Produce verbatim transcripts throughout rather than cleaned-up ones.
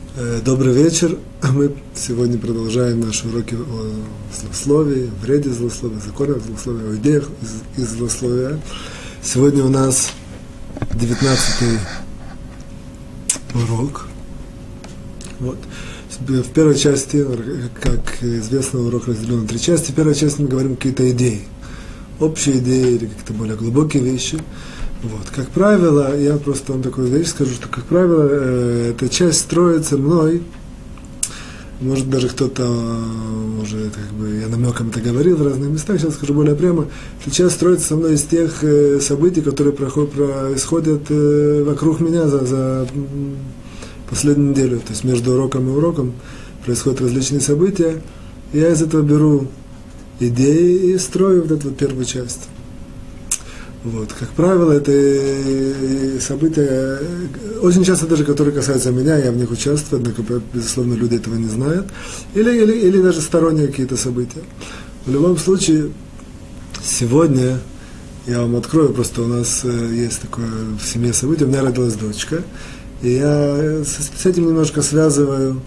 Добрый вечер. Мы сегодня продолжаем наши уроки о злословии, вреде злословия, законах злословия, о идеях из, из злословия. Сегодня у нас девятнадцатый урок. Вот. В первой части, как известно, урок разделен на три части. В первой части мы говорим какие-то идеи, общие идеи или какие-то более глубокие вещи. Вот. Как правило, я просто вам такую вещь скажу, что, как правило, э, эта часть строится мной, может, даже кто-то, может, как бы, я намеком это говорил в разных местах, сейчас скажу более прямо, эта часть строится со мной из тех э, событий, которые проходят, происходят э, вокруг меня за, за последнюю неделю, то есть между уроком и уроком происходят различные события, я из этого беру идеи и строю вот эту вот первую часть. Вот. Как правило, это события, очень часто даже, которые касаются меня, я в них участвую, однако, безусловно, люди этого не знают, или, или, или даже сторонние какие-то события. В любом случае, сегодня я вам открою, просто у нас есть такое в семье событие, у меня родилась дочка, и я с этим немножко связываю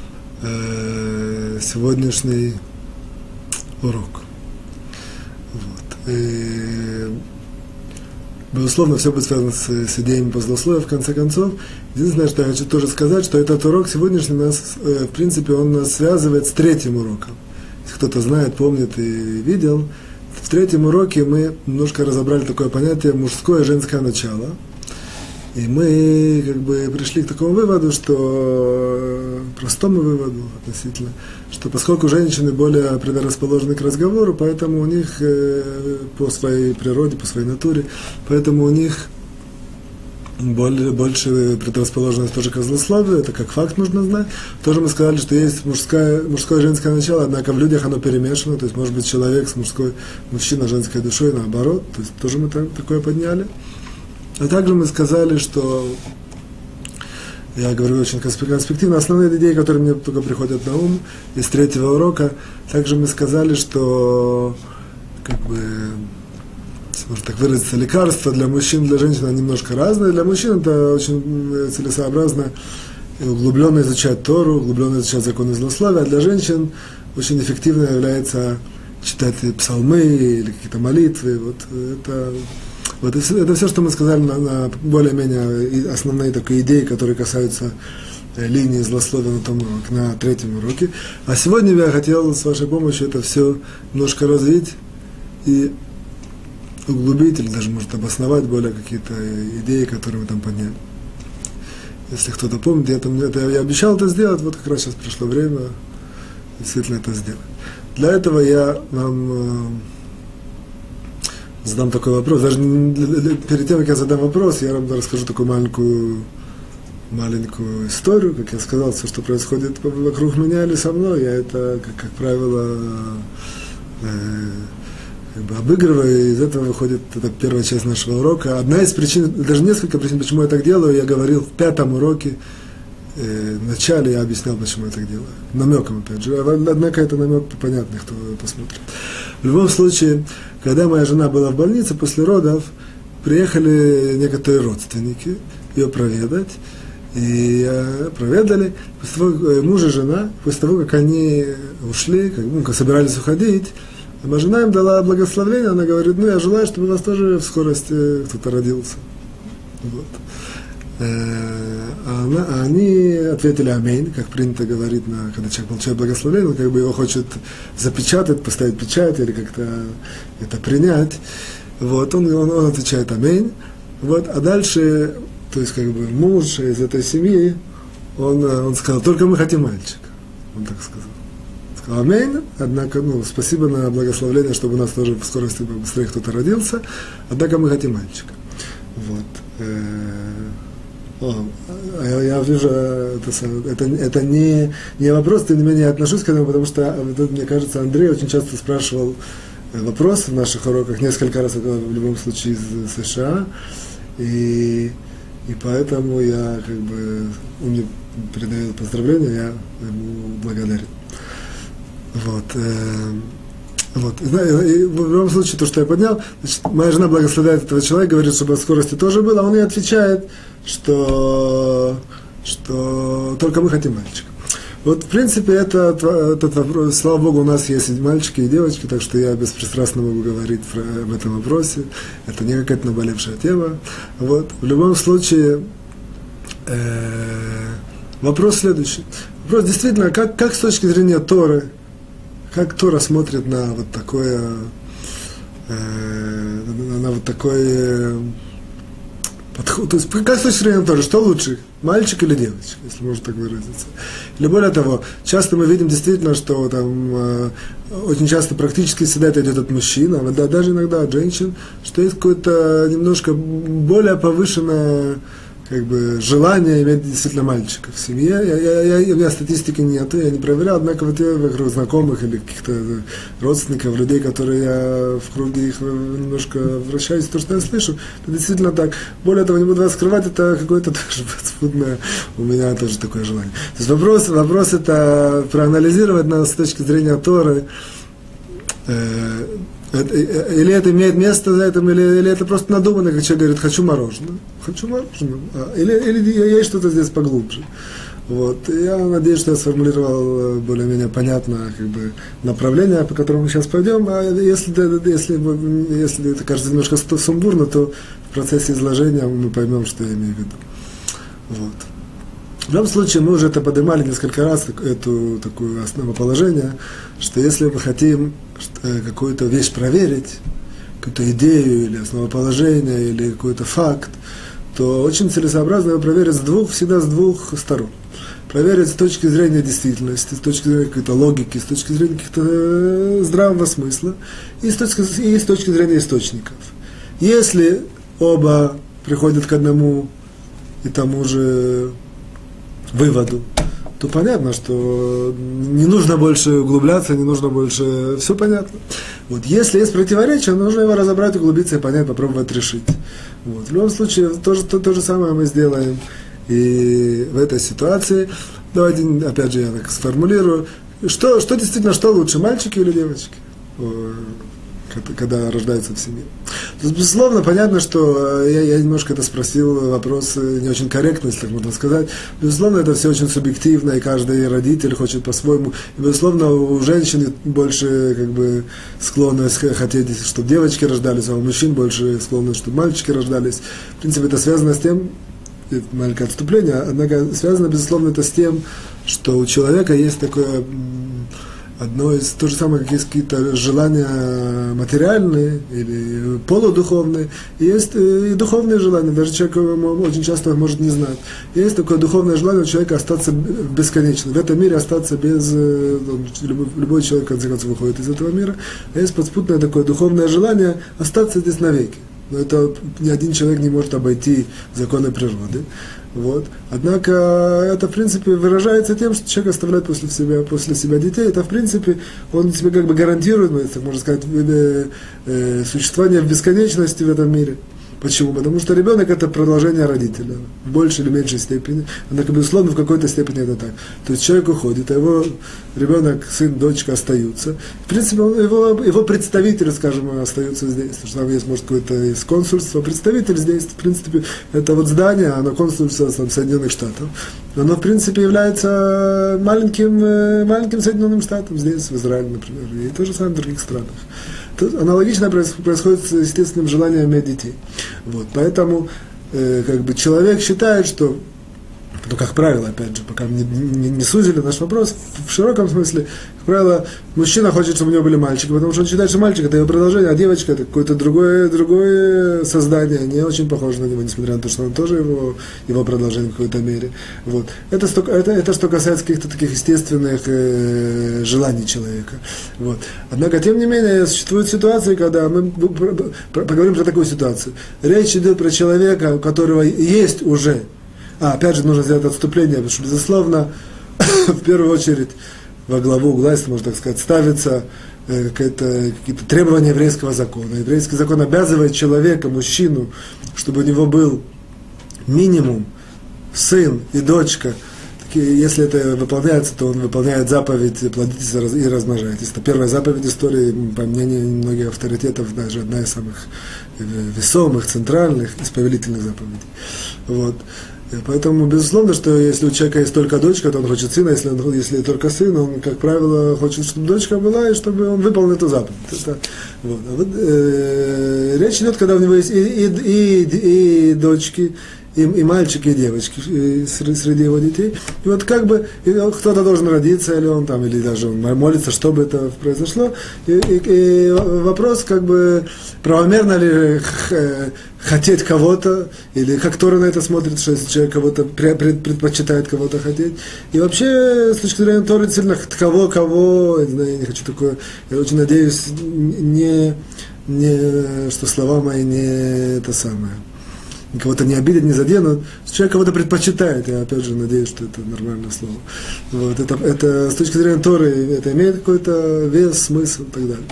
э, сегодняшний урок. Вот. И, безусловно, все будет связано с, с идеями по злословию, в конце концов. Единственное, что я хочу тоже сказать, что этот урок сегодняшний нас, в принципе, он нас связывает с третьим уроком. Если кто-то знает, помнит и видел, в третьем уроке мы немножко разобрали такое понятие мужское и женское начало. И мы как бы пришли к такому выводу, что простому выводу относительно, что поскольку женщины более предрасположены к разговору, поэтому у них э, по своей природе, по своей натуре, поэтому у них более, больше предрасположенность тоже к злословию, это как факт нужно знать. Тоже мы сказали, что есть мужское, мужское и женское начало, однако в людях оно перемешано, то есть может быть человек с мужской, мужчина женской душой, наоборот, то есть тоже мы так, такое подняли. А также мы сказали, что, я говорю очень конспективно, основные идеи, которые мне только приходят на ум из третьего урока, также мы сказали, что, как бы, можно так выразиться, лекарства для мужчин, для женщин немножко разные. Для мужчин это очень целесообразно углубленно изучать Тору, углубленно изучать законы злословия, а для женщин очень эффективно является читать псалмы или какие-то молитвы. Вот это... Вот это все, что мы сказали на, на более-менее основные такие идеи, которые касаются э, линии злословия на, том уроке, на третьем уроке. А сегодня я хотел с вашей помощью это все немножко развить и углубить, или даже, может, обосновать более какие-то идеи, которые мы там подняли. Если кто-то помнит, я, там, это, я обещал это сделать, вот как раз сейчас пришло время действительно это сделать. Для этого я вам... Э, задам такой вопрос. Даже перед тем, как я задам вопрос, я вам расскажу такую маленькую, маленькую историю. Как я сказал, все, что происходит вокруг меня или со мной, я это, как, как правило, э, как бы обыгрываю, и из этого выходит эта первая часть нашего урока. Одна из причин, даже несколько причин, почему я так делаю, я говорил в пятом уроке, э, в начале я объяснял, почему я так делаю. Намеком, опять же. Однако это намек понятный, кто посмотрит. В любом случае, когда моя жена была в больнице после родов, приехали некоторые родственники ее проведать, и проведали. После того, муж и жена, после того, как они ушли, как, ну, как собирались уходить, моя жена им дала благословение, она говорит, ну, я желаю, чтобы у вас тоже в скорости кто-то родился. Вот. А, она, а они ответили аминь, как принято говорить, на, когда человек получает благословение, он как бы его хочет запечатать, поставить печать или как-то это принять. Вот, он, он, он отвечает аминь. Вот, а дальше, то есть как бы муж из этой семьи, он, он сказал, только мы хотим мальчика. Он так сказал. Сказал аминь, однако, ну, спасибо на благословение, чтобы у нас тоже в скорости быстрее кто-то родился, однако мы хотим мальчика. Вот. О, я, я вижу, это, это, это не, не вопрос, тем не менее я отношусь к этому, потому что, мне кажется, Андрей очень часто спрашивал вопрос в наших уроках, несколько раз, это в любом случае из США, и, и поэтому я как бы, он мне передает поздравления, я ему благодарен. Вот. Вот. И, и в любом случае, то, что я поднял, значит, моя жена благословляет этого человека, говорит, чтобы о скорости тоже было, а он ей отвечает, что что только мы хотим мальчика. Вот, в принципе, это, этот вопрос, слава Богу, у нас есть и мальчики, и девочки, так что я беспристрастно могу говорить об этом вопросе. Это не какая-то наболевшая тема. Вот. В любом случае, э, вопрос следующий. Вопрос действительно, как, как с точки зрения Торы, как Тора смотрит на вот такое, э, на, на вот такое подход, то есть как с точки зрения Торы, что лучше, мальчик или девочка, если можно так выразиться. Или более того, часто мы видим действительно, что там э, очень часто практически всегда это идет от мужчин, а да, даже иногда от женщин, что есть какое-то немножко более повышенное как бы желание иметь действительно мальчика в семье. Я, я, я, у меня статистики нет, я не проверял, однако вот я вокруг знакомых или каких-то родственников, людей, которые я в круге их немножко вращаюсь, то, что я слышу, это действительно так. Более того, не буду вас скрывать, это какое-то тоже подспудное, у меня тоже такое желание. То есть вопрос, вопрос это проанализировать нас с точки зрения Торы, э, или это имеет место за этим, или, или это просто надуманно, как человек говорит, хочу мороженое, хочу мороженое, а, или, или есть что-то здесь поглубже. Вот. Я надеюсь, что я сформулировал более-менее понятно как бы, направление, по которому мы сейчас пойдем, а если, если, если это кажется немножко сумбурно, то в процессе изложения мы поймем, что я имею в виду. Вот. В любом случае, мы уже это поднимали несколько раз, эту такое основоположение, что если мы хотим какую-то вещь проверить, какую-то идею или основоположение, или какой-то факт, то очень целесообразно его проверить с двух, всегда с двух сторон. Проверить с точки зрения действительности, с точки зрения какой-то логики, с точки зрения каких-то здравого смысла, и с точки, и с точки зрения источников. Если оба приходят к одному и тому же выводу, то понятно, что не нужно больше углубляться, не нужно больше... Все понятно. Вот. Если есть противоречие, нужно его разобрать, углубиться и понять, попробовать решить. Вот. В любом случае, то же, то, то же самое мы сделаем и в этой ситуации. Давайте, опять же, я так сформулирую. Что, что действительно, что лучше, мальчики или девочки? Когда рождаются в семье. То есть, безусловно, понятно, что я, я немножко это спросил, вопрос не очень корректный, если так можно сказать. Безусловно, это все очень субъективно, и каждый родитель хочет по-своему. И, безусловно, у женщин больше как бы, склонны хотеть, чтобы девочки рождались, а у мужчин больше склонны, чтобы мальчики рождались. В принципе, это связано с тем, это маленькое отступление, однако связано, безусловно, это с тем, что у человека есть такое... Одно из, то же самое, как есть какие-то желания материальные или полудуховные, и есть и духовные желания, даже человек очень часто может не знать. Есть такое духовное желание у человека остаться бесконечным, в этом мире остаться без... Любой, любой человек, в конце концов, выходит из этого мира, а есть подспутное такое духовное желание остаться здесь навеки. Но это ни один человек не может обойти законы природы. Вот. Однако это, в принципе, выражается тем, что человек оставляет после себя, после себя детей. Это, в принципе, он себе как бы гарантирует, можно сказать, э, э, существование в бесконечности в этом мире. Почему? Потому что ребенок – это продолжение родителя, в большей или меньшей степени. Однако, безусловно, в какой-то степени это так. То есть человек уходит, а его ребенок, сын, дочка остаются. В принципе, он, его, его представители, скажем, остаются здесь. Потому что там есть, может, какое-то есть консульство. Представитель здесь, в принципе, это вот здание, оно консульство там, Соединенных Штатов. Оно, в принципе, является маленьким, маленьким Соединенным Штатом здесь, в Израиле, например, и то же самое в других странах. Аналогично происходит с естественным желанием иметь детей. Вот, поэтому э, как бы человек считает, что, ну, как правило, опять же, пока не, не, не сузили наш вопрос, в широком смысле, как правило, мужчина хочет, чтобы у него были мальчики, потому что он считает, что мальчик – это его продолжение, а девочка – это какое-то другое, другое создание, не очень похоже на него, несмотря на то, что он тоже его, его продолжение в какой-то мере. Вот. Это, это, это что касается каких-то таких естественных э, желаний человека. Вот. Однако, тем не менее, существуют ситуации, когда мы поговорим про такую ситуацию. Речь идет про человека, у которого есть уже. А, опять же, нужно сделать отступление, потому что, безусловно, в первую очередь, во главу угла, если можно так сказать, ставятся э, какие-то требования еврейского закона. Еврейский закон обязывает человека, мужчину, чтобы у него был минимум сын и дочка. Такие, если это выполняется, то он выполняет заповедь «плодитесь и размножайтесь». Это первая заповедь истории, по мнению многих авторитетов, даже одна из самых весомых, центральных, из повелительных заповедей. Вот. Поэтому, безусловно, что если у человека есть только дочка, то он хочет сына, если, он, если только сын, он, как правило, хочет, чтобы дочка была, и чтобы он выполнил эту заповедь. Это, вот. А вот, э, речь идет, когда у него есть и, и, и, и дочки, и, и мальчики, и девочки и среди его детей. И вот как бы кто-то должен родиться, или он там, или даже он молится, чтобы это произошло. И, и, и вопрос, как бы, правомерно ли хотеть кого-то, или как Тора на это смотрит, что если человек кого-то предпочитает кого-то хотеть. И вообще, с точки зрения Торы, действительно, кого, кого, я не знаю, я не хочу такое, я очень надеюсь, не, не, что слова мои не это самое. Кого-то не обидят, не заденут. Человек кого-то предпочитает, я опять же надеюсь, что это нормальное слово. Вот, это, это с точки зрения Торы это имеет какой-то вес, смысл и так далее.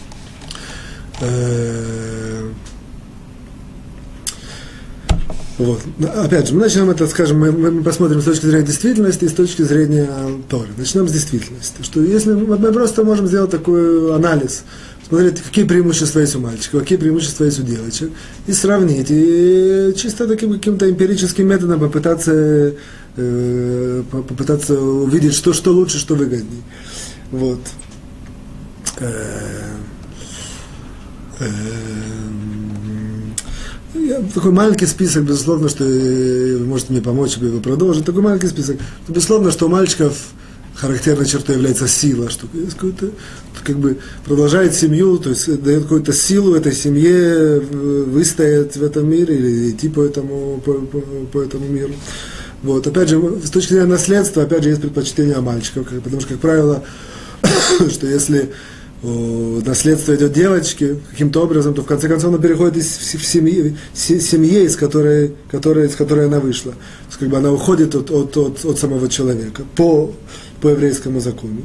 Вот. Опять же, мы начнем это, скажем, мы, мы посмотрим с точки зрения действительности и с точки зрения Торы. Начнем с действительности. Что если мы, мы просто можем сделать такой анализ, смотреть, какие преимущества есть у мальчиков, какие преимущества есть у девочек, и сравнить, и чисто таким каким-то эмпирическим методом попытаться, э, попытаться увидеть, что, что лучше, что выгоднее. Вот. Такой маленький список, безусловно, что вы можете мне помочь, чтобы его продолжить. Такой маленький список. Безусловно, что у мальчиков характерной чертой является сила, что есть какой-то, как бы продолжает семью, то есть дает какую-то силу этой семье выстоять в этом мире или идти по этому, по, по, по этому миру. Вот. Опять же, с точки зрения наследства, опять же, есть предпочтение мальчиков, потому что, как правило, что если наследство идет девочке каким-то образом, то в конце концов она переходит из в семьи, семье, из которой, которой, из которой она вышла. То есть, как бы она уходит от, от, от, от самого человека по, по еврейскому закону.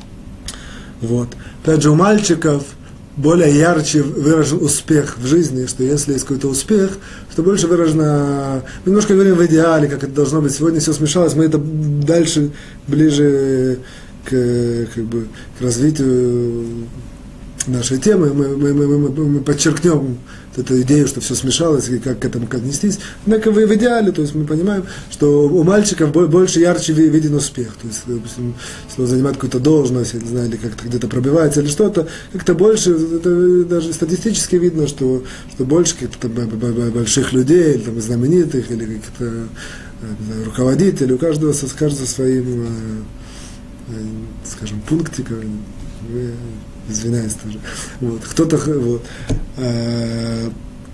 Вот. Опять же, у мальчиков более ярче выражен успех в жизни, что если есть какой-то успех, то больше выражено, мы немножко говорим в идеале, как это должно быть. Сегодня все смешалось, мы это дальше, ближе к, как бы, к развитию нашей темы, мы, мы, мы, мы, мы подчеркнем эту идею, что все смешалось, и как к этому отнестись. Однако в идеале, то есть мы понимаем, что у мальчиков больше ярче виден успех. То есть, допустим, если он занимает какую-то должность, я не знаю, или как-то где-то пробивается, или что-то, как-то больше, это даже статистически видно, что, что больше каких-то больших людей, или там, знаменитых, или каких-то знаю, руководителей, у каждого, каждого своим, скажем, пунктиком, извиняюсь тоже. Вот. Кто-то вот, э,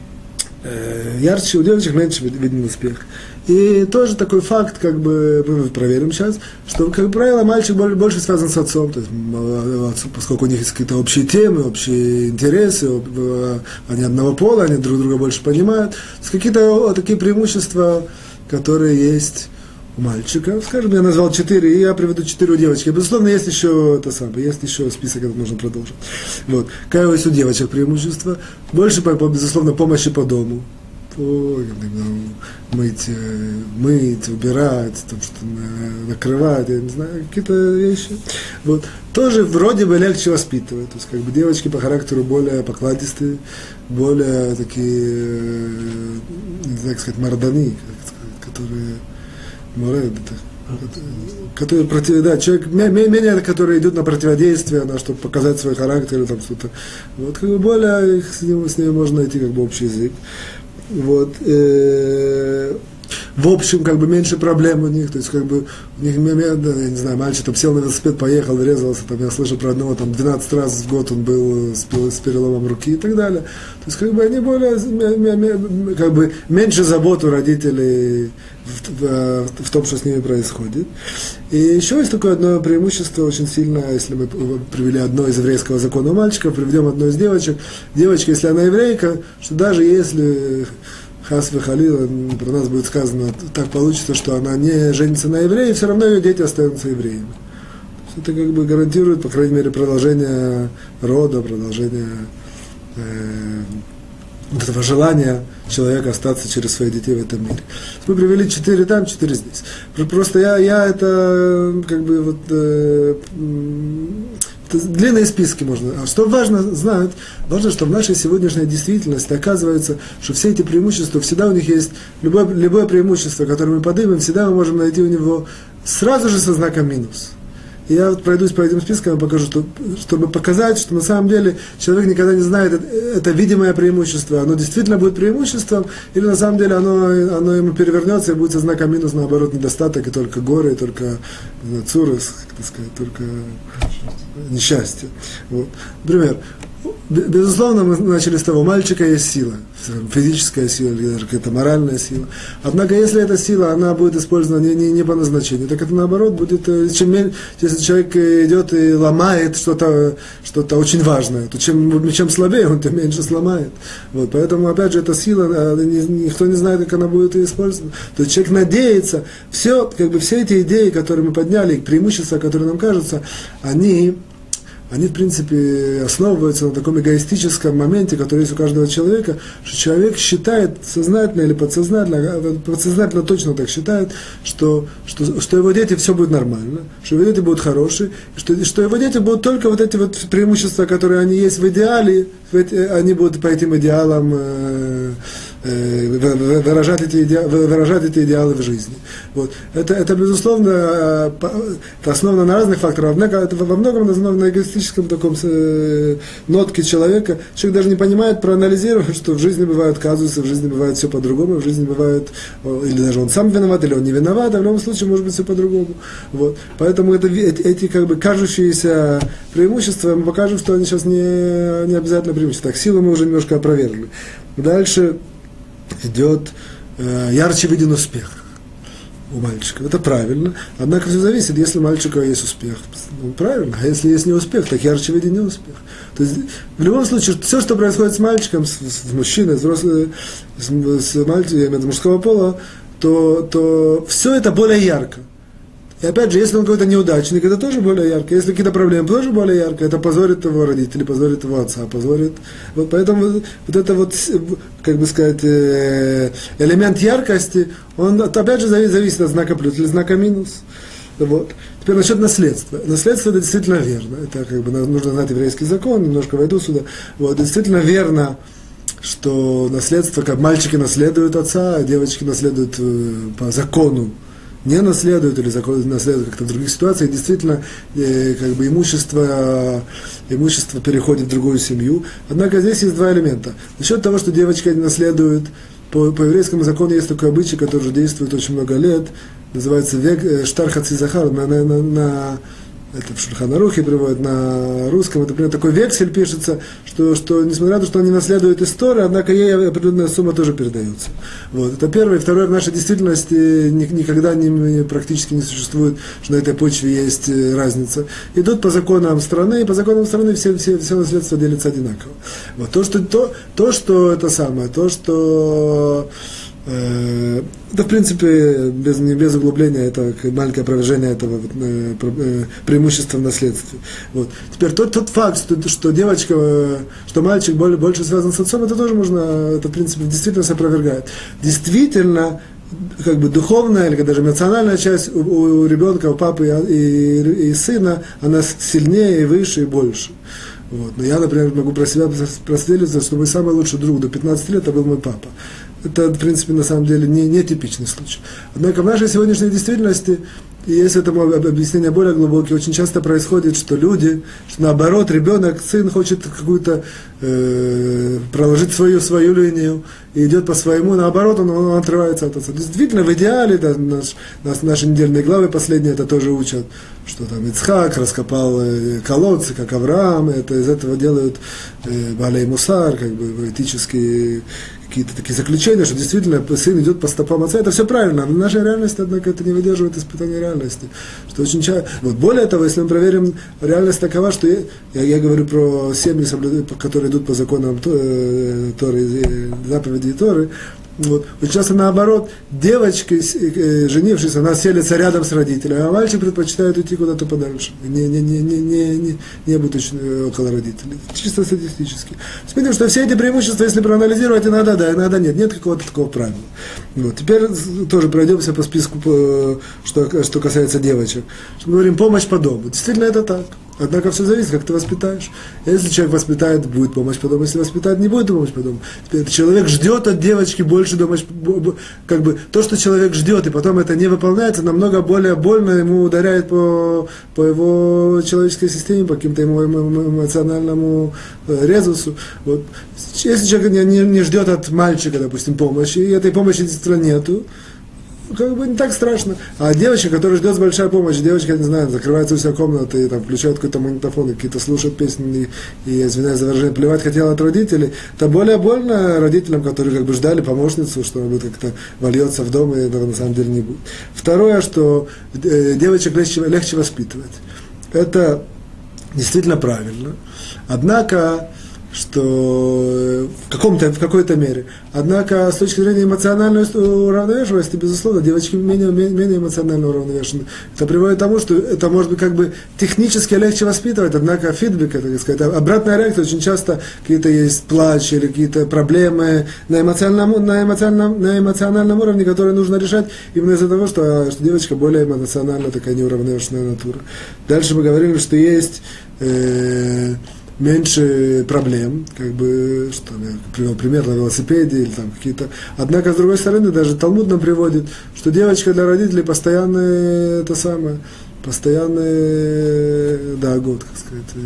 э, ярче, у девочек меньше виден успех. И тоже такой факт, как бы мы проверим сейчас, что, как правило, мальчик больше связан с отцом, то есть, поскольку у них есть какие-то общие темы, общие интересы, они одного пола, они друг друга больше понимают, какие-то такие преимущества, которые есть у мальчика, скажем, я назвал четыре, и я приведу четыре у девочки. Безусловно, есть еще это самое, есть еще список, этот можно продолжить. Вот. Какое есть у девочек преимущество? Больше, безусловно, помощи по дому. По, мыть, мыть, убирать, там, что накрывать, я не знаю, какие-то вещи. Вот. Тоже вроде бы легче воспитывать. То есть, как бы девочки по характеру более покладистые, более такие, не знаю, как сказать, мордани, которые Моред, который против, да, человек менее, который идет на противодействие, на чтобы показать свой характер или там что-то. Вот как бы более с ним, с ним можно найти как бы общий язык. Вот. Э, в общем, как бы меньше проблем у них, то есть как бы у них, я не знаю, мальчик там сел на велосипед, поехал, врезался, там, я слышу про одного, там двенадцать раз в год он был с, с переломом руки и так далее. То есть как бы они более, как бы меньше забот у родителей в, в, в том, что с ними происходит. И еще есть такое одно преимущество очень сильное, если мы привели одно из еврейского закона у мальчика, приведем одно из девочек. Девочка, если она еврейка, что даже если Хас вехалила, про нас будет сказано, так получится, что она не женится на евреи, все равно ее дети останутся евреями. Это как бы гарантирует, по крайней мере, продолжение рода, продолжение э, вот этого желания человека остаться через своих детей в этом мире. Мы привели четыре там, четыре здесь. Просто я, я это как бы вот э, длинные списки можно. А что важно знать, важно, что в нашей сегодняшней действительности оказывается, что все эти преимущества, всегда у них есть, любое, любое преимущество, которое мы поднимем, всегда мы можем найти у него сразу же со знаком минус. И я вот пройдусь по этим спискам и покажу, что, чтобы показать, что на самом деле человек никогда не знает, это, это видимое преимущество, оно действительно будет преимуществом, или на самом деле оно, оно ему перевернется и будет со знаком минус, наоборот, недостаток, и только горе, и только знаю, цурус, как это сказать, только несчастье. Вот. Например, безусловно, мы начали с того, у мальчика есть сила, физическая сила или даже какая-то моральная сила. Однако, если эта сила, она будет использована не, не, не по назначению, так это наоборот будет, чем меньше, если человек идет и ломает что-то, что-то очень важное, то чем, чем слабее он, тем меньше сломает. Вот, поэтому, опять же, эта сила, никто не знает, как она будет использована. То есть человек надеется, все, как бы все эти идеи, которые мы подняли, преимущества, которые нам кажутся, они... они, в принципе, основываются на таком эгоистическом моменте, который есть у каждого человека, что человек считает, сознательно или подсознательно, подсознательно точно так считает, что, что, что его дети все будет нормально, что его дети будут хорошие, что, что его дети будут только вот эти вот преимущества, которые они есть в идеале, они будут по этим идеалам э, э, выражать, эти идеалы, выражать эти идеалы в жизни. Вот. Это, это, безусловно, это основано на разных факторах, однако это во многом основано на эгоистическом таком э, нотке человека. Человек даже не понимает, проанализирует, что в жизни бывают казусы, в жизни бывает все по-другому, в жизни бывает, или даже он сам виноват, или он не виноват, а в любом случае может быть все по-другому. Вот. Поэтому это, эти, эти как бы кажущиеся преимущества, мы покажем, что они сейчас не, не обязательно преимущества. Так, силу мы уже немножко опровергли. Дальше идет э, ярче виден успех у мальчика. Это правильно. Однако все зависит, если у мальчика есть успех. Ну, правильно. А если есть не успех, так ярче виден не успех. То есть, в любом случае, все, что происходит с мальчиком, с, с мужчиной, с, взрослым, с, с мальчиком, с мужского пола, то, то все это более ярко. И опять же, если он какой-то неудачник, это тоже более ярко. Если какие-то проблемы, тоже более ярко. Это позорит его родителей, позорит его отца, позорит. Вот поэтому вот это вот, как бы сказать, элемент яркости, он опять же зависит от знака плюс или знака минус. Вот. Теперь насчет наследства. Наследство это действительно верно. Это как бы нужно знать еврейский закон, немножко войду сюда. Вот. Действительно верно, что наследство, как мальчики наследуют отца, а девочки наследуют по закону. Не наследуют или наследуют как-то в других ситуациях, действительно э, как бы имущество, имущество переходит в другую семью. Однако здесь есть два элемента. Насчет того, что девочка наследует, по, по еврейскому закону есть такой обычай, который уже действует очень много лет, называется век, э, штар хаци захар, на, на, на, на это в Шульхан Арухе приводят на русском, это, например, такой вексель пишется, что, что несмотря на то, что он не наследует историю, однако ей определенная сумма тоже передается. Вот. Это первое. И второе, в нашей действительности никогда не, практически не существует, что на этой почве есть разница. Идут по законам страны, и по законам страны все, все, все наследство делится одинаково. Вот. То, что, то, то, что это самое, то, что это, в принципе, без, не без углубления, это маленькое опровержение этого э, э, преимущества в наследстве. Вот. Теперь тот, тот факт, что, что девочка, что мальчик более, больше связан с отцом, это тоже можно, это, в принципе, действительно опровергает. Действительно, как бы духовная или даже эмоциональная часть у, у ребенка, у папы и, и, и сына, она сильнее и выше и больше. Вот. Но я, например, могу про себя проследовать, что мой самый лучший друг до пятнадцати лет это был мой папа. Это, в принципе, на самом деле не, не типичный случай. Однако в нашей сегодняшней действительности, и есть этому объяснение более глубокие, очень часто происходит, что люди, что наоборот, ребенок, сын хочет какую-то э, проложить свою, свою линию, и идет по своему, наоборот, он, он отрывается от отца. Действительно, в идеале, да, наш, наш, наши недельные главы последние это тоже учат, что там Ицхак раскопал э, колодцы, как Авраам, это, из этого делают э, Балей Мусар, как бы этические какие-то такие заключения, что действительно сын идет по стопам отца, это все правильно, но в нашей реальности, однако, это не выдерживает испытания реальности. Что очень часто... Вот более того, если мы проверим, реальность такова, что я, я, я говорю про семьи, которые идут по законам Торы, заповеди и Торы, вот. Очень часто наоборот, девочка, женившись, она селится рядом с родителями, а мальчик предпочитает уйти куда-то подальше, не, не, не, не, не, не, не быть около родителей. Чисто статистически. Видим, что все эти преимущества, если проанализировать, иногда да, иногда нет, нет какого-то такого правила. Вот. Теперь тоже пройдемся по списку, по, что, что касается девочек. Мы говорим помощь по дому. Действительно это так. Однако все зависит, как ты воспитаешь. Если человек воспитает, будет помощь по дому, если воспитает, не будет помощь по дому. Человек ждет от девочки больше помощи, как бы то, что человек ждет, и потом это не выполняется, намного более больно ему ударяет по, по его человеческой системе, по каким-то ему эмоциональному резусу. Вот. Если человек не, не, не ждет от мальчика, допустим, помощи, и этой помощи действительно нету, как бы не так страшно. А девочка, которая ждет большая помощь, девочка, не знаю, закрывается у себя комната и там включает какой-то магнитофон, и какие-то слушают песни, и, и извиняюсь за выражение, плевать хотела от родителей, это более больно родителям, которые как бы ждали помощницу, что она как-то вольется в дом, и этого на самом деле не будет. Второе, что э, девочек легче, легче воспитывать. Это действительно правильно. Однако, что в, каком-то, в какой-то мере. Однако, с точки зрения эмоциональной уравновешенности, безусловно, девочки менее, менее эмоционально уравновешены. Это приводит к тому, что это может быть как бы технически легче воспитывать, однако фидбэк, так сказать, обратная реакция, очень часто какие-то есть плач или какие-то проблемы на эмоциональном, на эмоциональном, на эмоциональном уровне, которые нужно решать именно из-за того, что, что девочка более эмоционально такая неуравновешенная натура. Дальше мы говорили, что есть э, меньше проблем, как бы, что я привел пример на велосипеде или там какие-то. Однако, с другой стороны, даже Талмуд нам приводит, что девочка для родителей постоянное, это самое, постоянное, да, год, как сказать,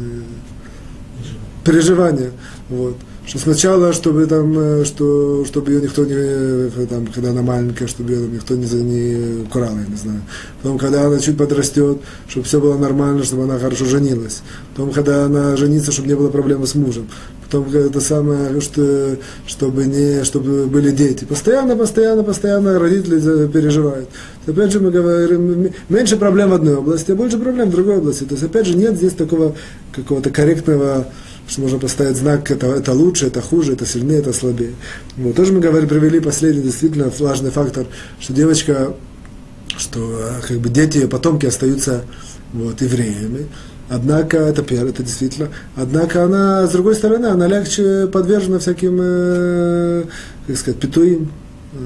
переживания, вот. Что сначала, чтобы там, что, чтобы ее никто не, там, когда она маленькая, чтобы ее там, никто не, не украл, я не знаю. Потом, когда она чуть подрастет, чтобы все было нормально, чтобы она хорошо женилась. Потом, когда она женится, чтобы не было проблем с мужем. Потом, это самое, что, чтобы, не, чтобы были дети. Постоянно, постоянно, постоянно родители переживают. Опять же, мы говорим, меньше проблем в одной области, а больше проблем в другой области. То есть, опять же, нет здесь такого какого-то корректного, что можно поставить знак, это, это лучше, это хуже, это сильнее, это слабее. Вот. Тоже мы говорили, привели последний действительно важный фактор, что девочка, что как бы дети, ее потомки остаются вот, евреями. Однако, это первое, это действительно. Однако она, с другой стороны, она легче подвержена всяким, э, как сказать, петуим, э,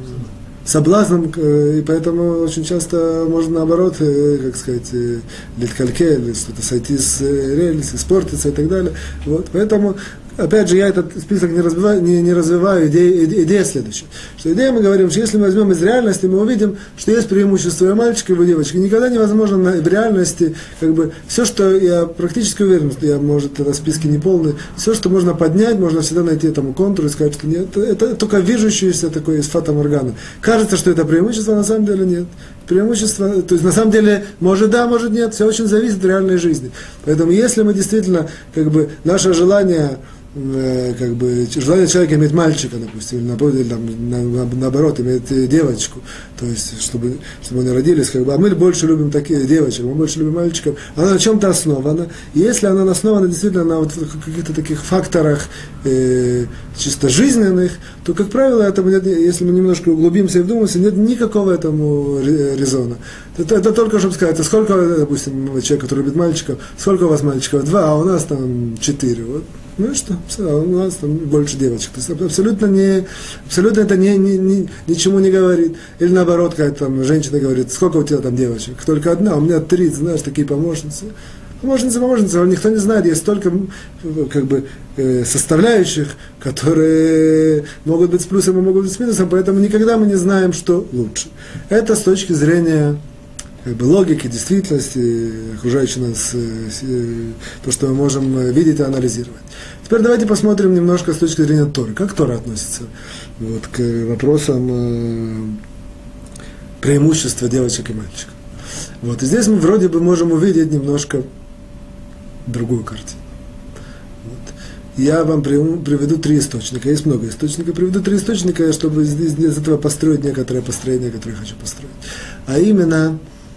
соблазнам, и поэтому очень часто можно наоборот, как сказать, литкальке, или что-то сойти с рельс, испортиться и так далее. Вот. Поэтому, опять же, я этот список не развиваю, не, не развиваю. Идея, идея следующая. Что идея, мы говорим, что если мы возьмем из реальности, мы увидим, что есть преимущество у мальчика и у девочки. Никогда невозможно на, в реальности, как бы, все, что я практически уверен, что я, может, это списки не полные, все, что можно поднять, можно всегда найти этому контур и сказать, что нет, это, это только вижущееся такое из фата-моргана. Кажется, что это преимущество, а на самом деле нет. Преимущество, то есть на самом деле, может да, может нет, все очень зависит от реальной жизни. Поэтому если мы действительно, как бы, наше желание, как бы, желание человека иметь мальчика, допустим, или наоборот, там, на, на, наоборот, иметь девочку, то есть, чтобы, чтобы они родились, как бы, а мы больше любим таких девочек, мы больше любим мальчиков, она на чем-то основана, и если она основана действительно на вот каких-то таких факторах э, чисто жизненных, то, как правило, этому нет, если мы немножко углубимся и вдумаемся, нет никакого этому резона. Это, это только, чтобы сказать, а сколько, допустим, человек, который любит мальчиков, сколько у вас мальчиков? Два, а у нас там четыре, вот. Ну и что? У нас там больше девочек. То есть абсолютно, не, абсолютно это не, не, не, ничему не говорит. Или наоборот, какая-то там женщина говорит, сколько у тебя там девочек? Только одна, у меня три, знаешь, такие помощницы. Помощницы, помощницы, но никто не знает, есть столько как бы, составляющих, которые могут быть с плюсом и могут быть с минусом, поэтому никогда мы не знаем, что лучше. Это с точки зрения как бы, логики, действительности, окружающей нас, то, что мы можем видеть и анализировать. Теперь давайте посмотрим немножко с точки зрения Торы. Как Тора относится вот, к вопросам преимущества девочек и мальчиков. Вот, и здесь мы вроде бы можем увидеть немножко другую картину. Вот. Я вам приведу три источника. Есть много источников. Приведу три источника, чтобы из, из этого построить некоторое построение, которое я хочу построить. А именно,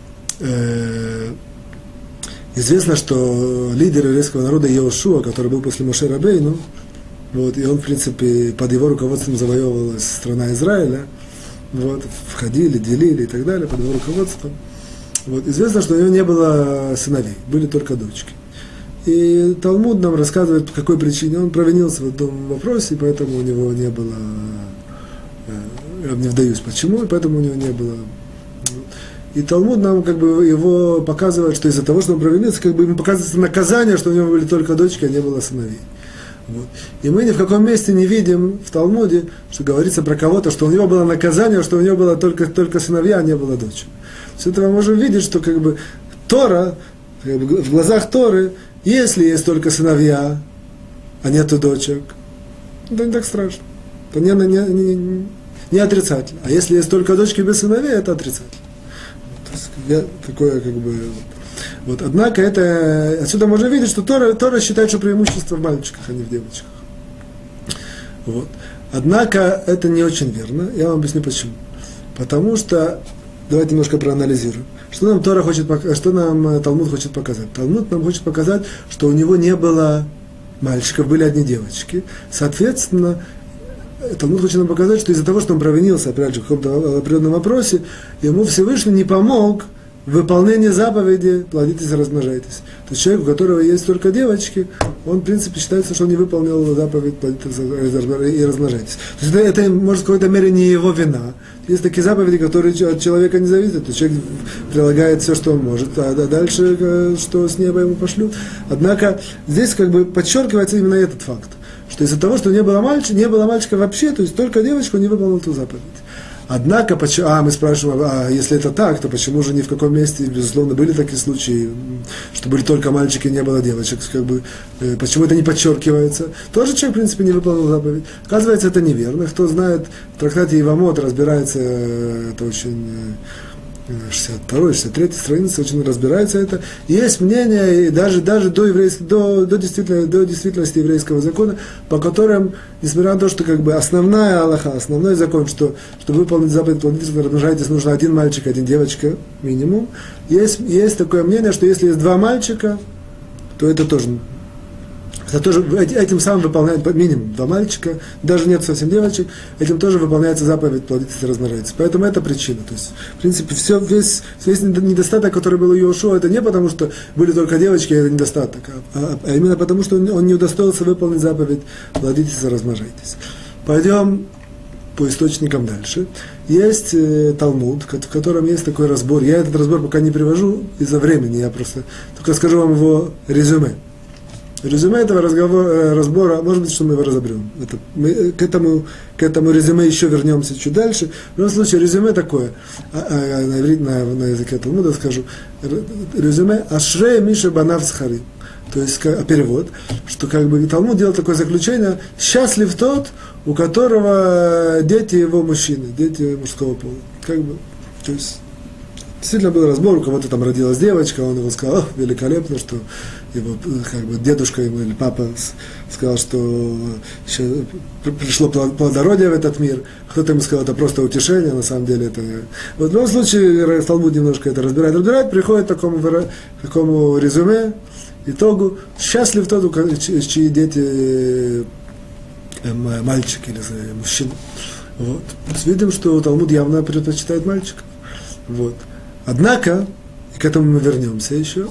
э, известно, что лидер еврейского народа Йеошуа, который был после Моше Рабейну, вот, и он, в принципе, под его руководством завоевывалась страна Израиля, вот, входили, делили и так далее, под его руководством. Вот, известно, что у него не было сыновей, были только дочки. И Талмуд нам рассказывает, по какой причине он провинился в этом вопросе, и поэтому у него не было, я не вдаюсь почему, и поэтому у него не было. И Талмуд нам как бы его показывает, что из-за того, что он провинился, как бы ему показывается наказание, что у него были только дочки, а не было сыновей. Вот. И мы ни в каком месте не видим в Талмуде, что говорится про кого-то, что у него было наказание, что у него было только, только сыновья, а не было дочек. С этого мы можем видеть, что как бы Тора, как бы в глазах Торы, если есть только сыновья, а нету дочек, это не так страшно. Это не, не, не, не отрицательно. А если есть только дочки без сыновей, это отрицательно. То есть, я, такое как бы... Вот, однако это, отсюда можно видеть, что Тора, Тора считает, что преимущество в мальчиках, а не в девочках. Вот. Однако это не очень верно, я вам объясню почему. Потому что, давайте немножко проанализируем. Что нам Тора хочет, что нам Талмуд хочет показать? Талмуд нам хочет показать, что у него не было мальчиков, были одни девочки. Соответственно, Талмуд хочет нам показать, что из-за того, что он провинился, опять же, в каком-то определенном вопросе, ему Всевышний не помог выполнение заповеди «плодитесь и размножайтесь». То есть человек, у которого есть только девочки, он, в принципе, считается, что он не выполнил заповедь «плодитесь и размножайтесь». То есть это, это, может, в какой-то мере не его вина. Есть такие заповеди, которые от человека не зависят. То есть человек прилагает все, что он может, а дальше, что с неба ему пошлют. Однако здесь как бы подчеркивается именно этот факт, что из-за того, что не было мальчика, не было мальчика вообще, то есть только девочка, он не выполнил ту заповедь. Однако, почему, а мы спрашиваем, а если это так, то почему же ни в каком месте, безусловно, были такие случаи, что были только мальчики, не было девочек, как бы, э, почему это не подчеркивается? Тоже человек, в принципе, не выполнил заповедь. Оказывается, это неверно. Кто знает, в трактате Ивамот разбирается, э, это очень... Э, шестьдесят второй, шестьдесят третьей странице очень разбирается это. Есть мнение, и даже, даже до, до, до, действительно, до действительности еврейского закона, по которым, несмотря на то, что как бы основная алаха, основной закон, что чтобы выполнить заповедь «плодитесь и размножайтесь», нужно один мальчик, один девочка минимум. Есть, есть такое мнение, что если есть два мальчика, то это тоже... Это тоже, этим самым выполняют минимум два мальчика, даже нет совсем девочек, этим тоже выполняется заповедь «плодитесь и размножайтесь». Поэтому это причина. То есть, в принципе, все, весь, весь недостаток, который был у Йошуа, это не потому, что были только девочки, это недостаток, а, а именно потому, что он, он не удостоился выполнить заповедь «плодитесь и размножайтесь». Пойдем по источникам дальше. Есть э, Талмуд, в котором есть такой разбор. Я этот разбор пока не привожу из-за времени, я просто только скажу вам его резюме. Резюме этого разговора, разбора, может быть, что мы его разобрем. Это, мы к, этому, к этому резюме еще вернемся чуть дальше. В любом случае, резюме такое, а, а, на, на, на языке Талмуда скажу, резюме «Ашрей Миша Банав Схари». То есть а перевод, что как бы Талмуд делал такое заключение: счастлив тот, у которого дети его мужчины, дети мужского пола. Как бы, то есть, действительно был разбор, у кого-то там родилась девочка, он его сказал: о, великолепно, что его как бы дедушка ему или папа сказал, что еще пришло плодородие в этот мир. Кто-то ему сказал, это просто утешение, на самом деле это... Вот в любом случае, Талмуд немножко это разбирает, разбирает, приходит к такому, к такому резюме, итогу: счастлив тот, чьи дети мальчики или мужчины. Вот. Видим, что Талмуд явно предпочитает мальчиков. Вот. Однако, и к этому мы вернемся еще,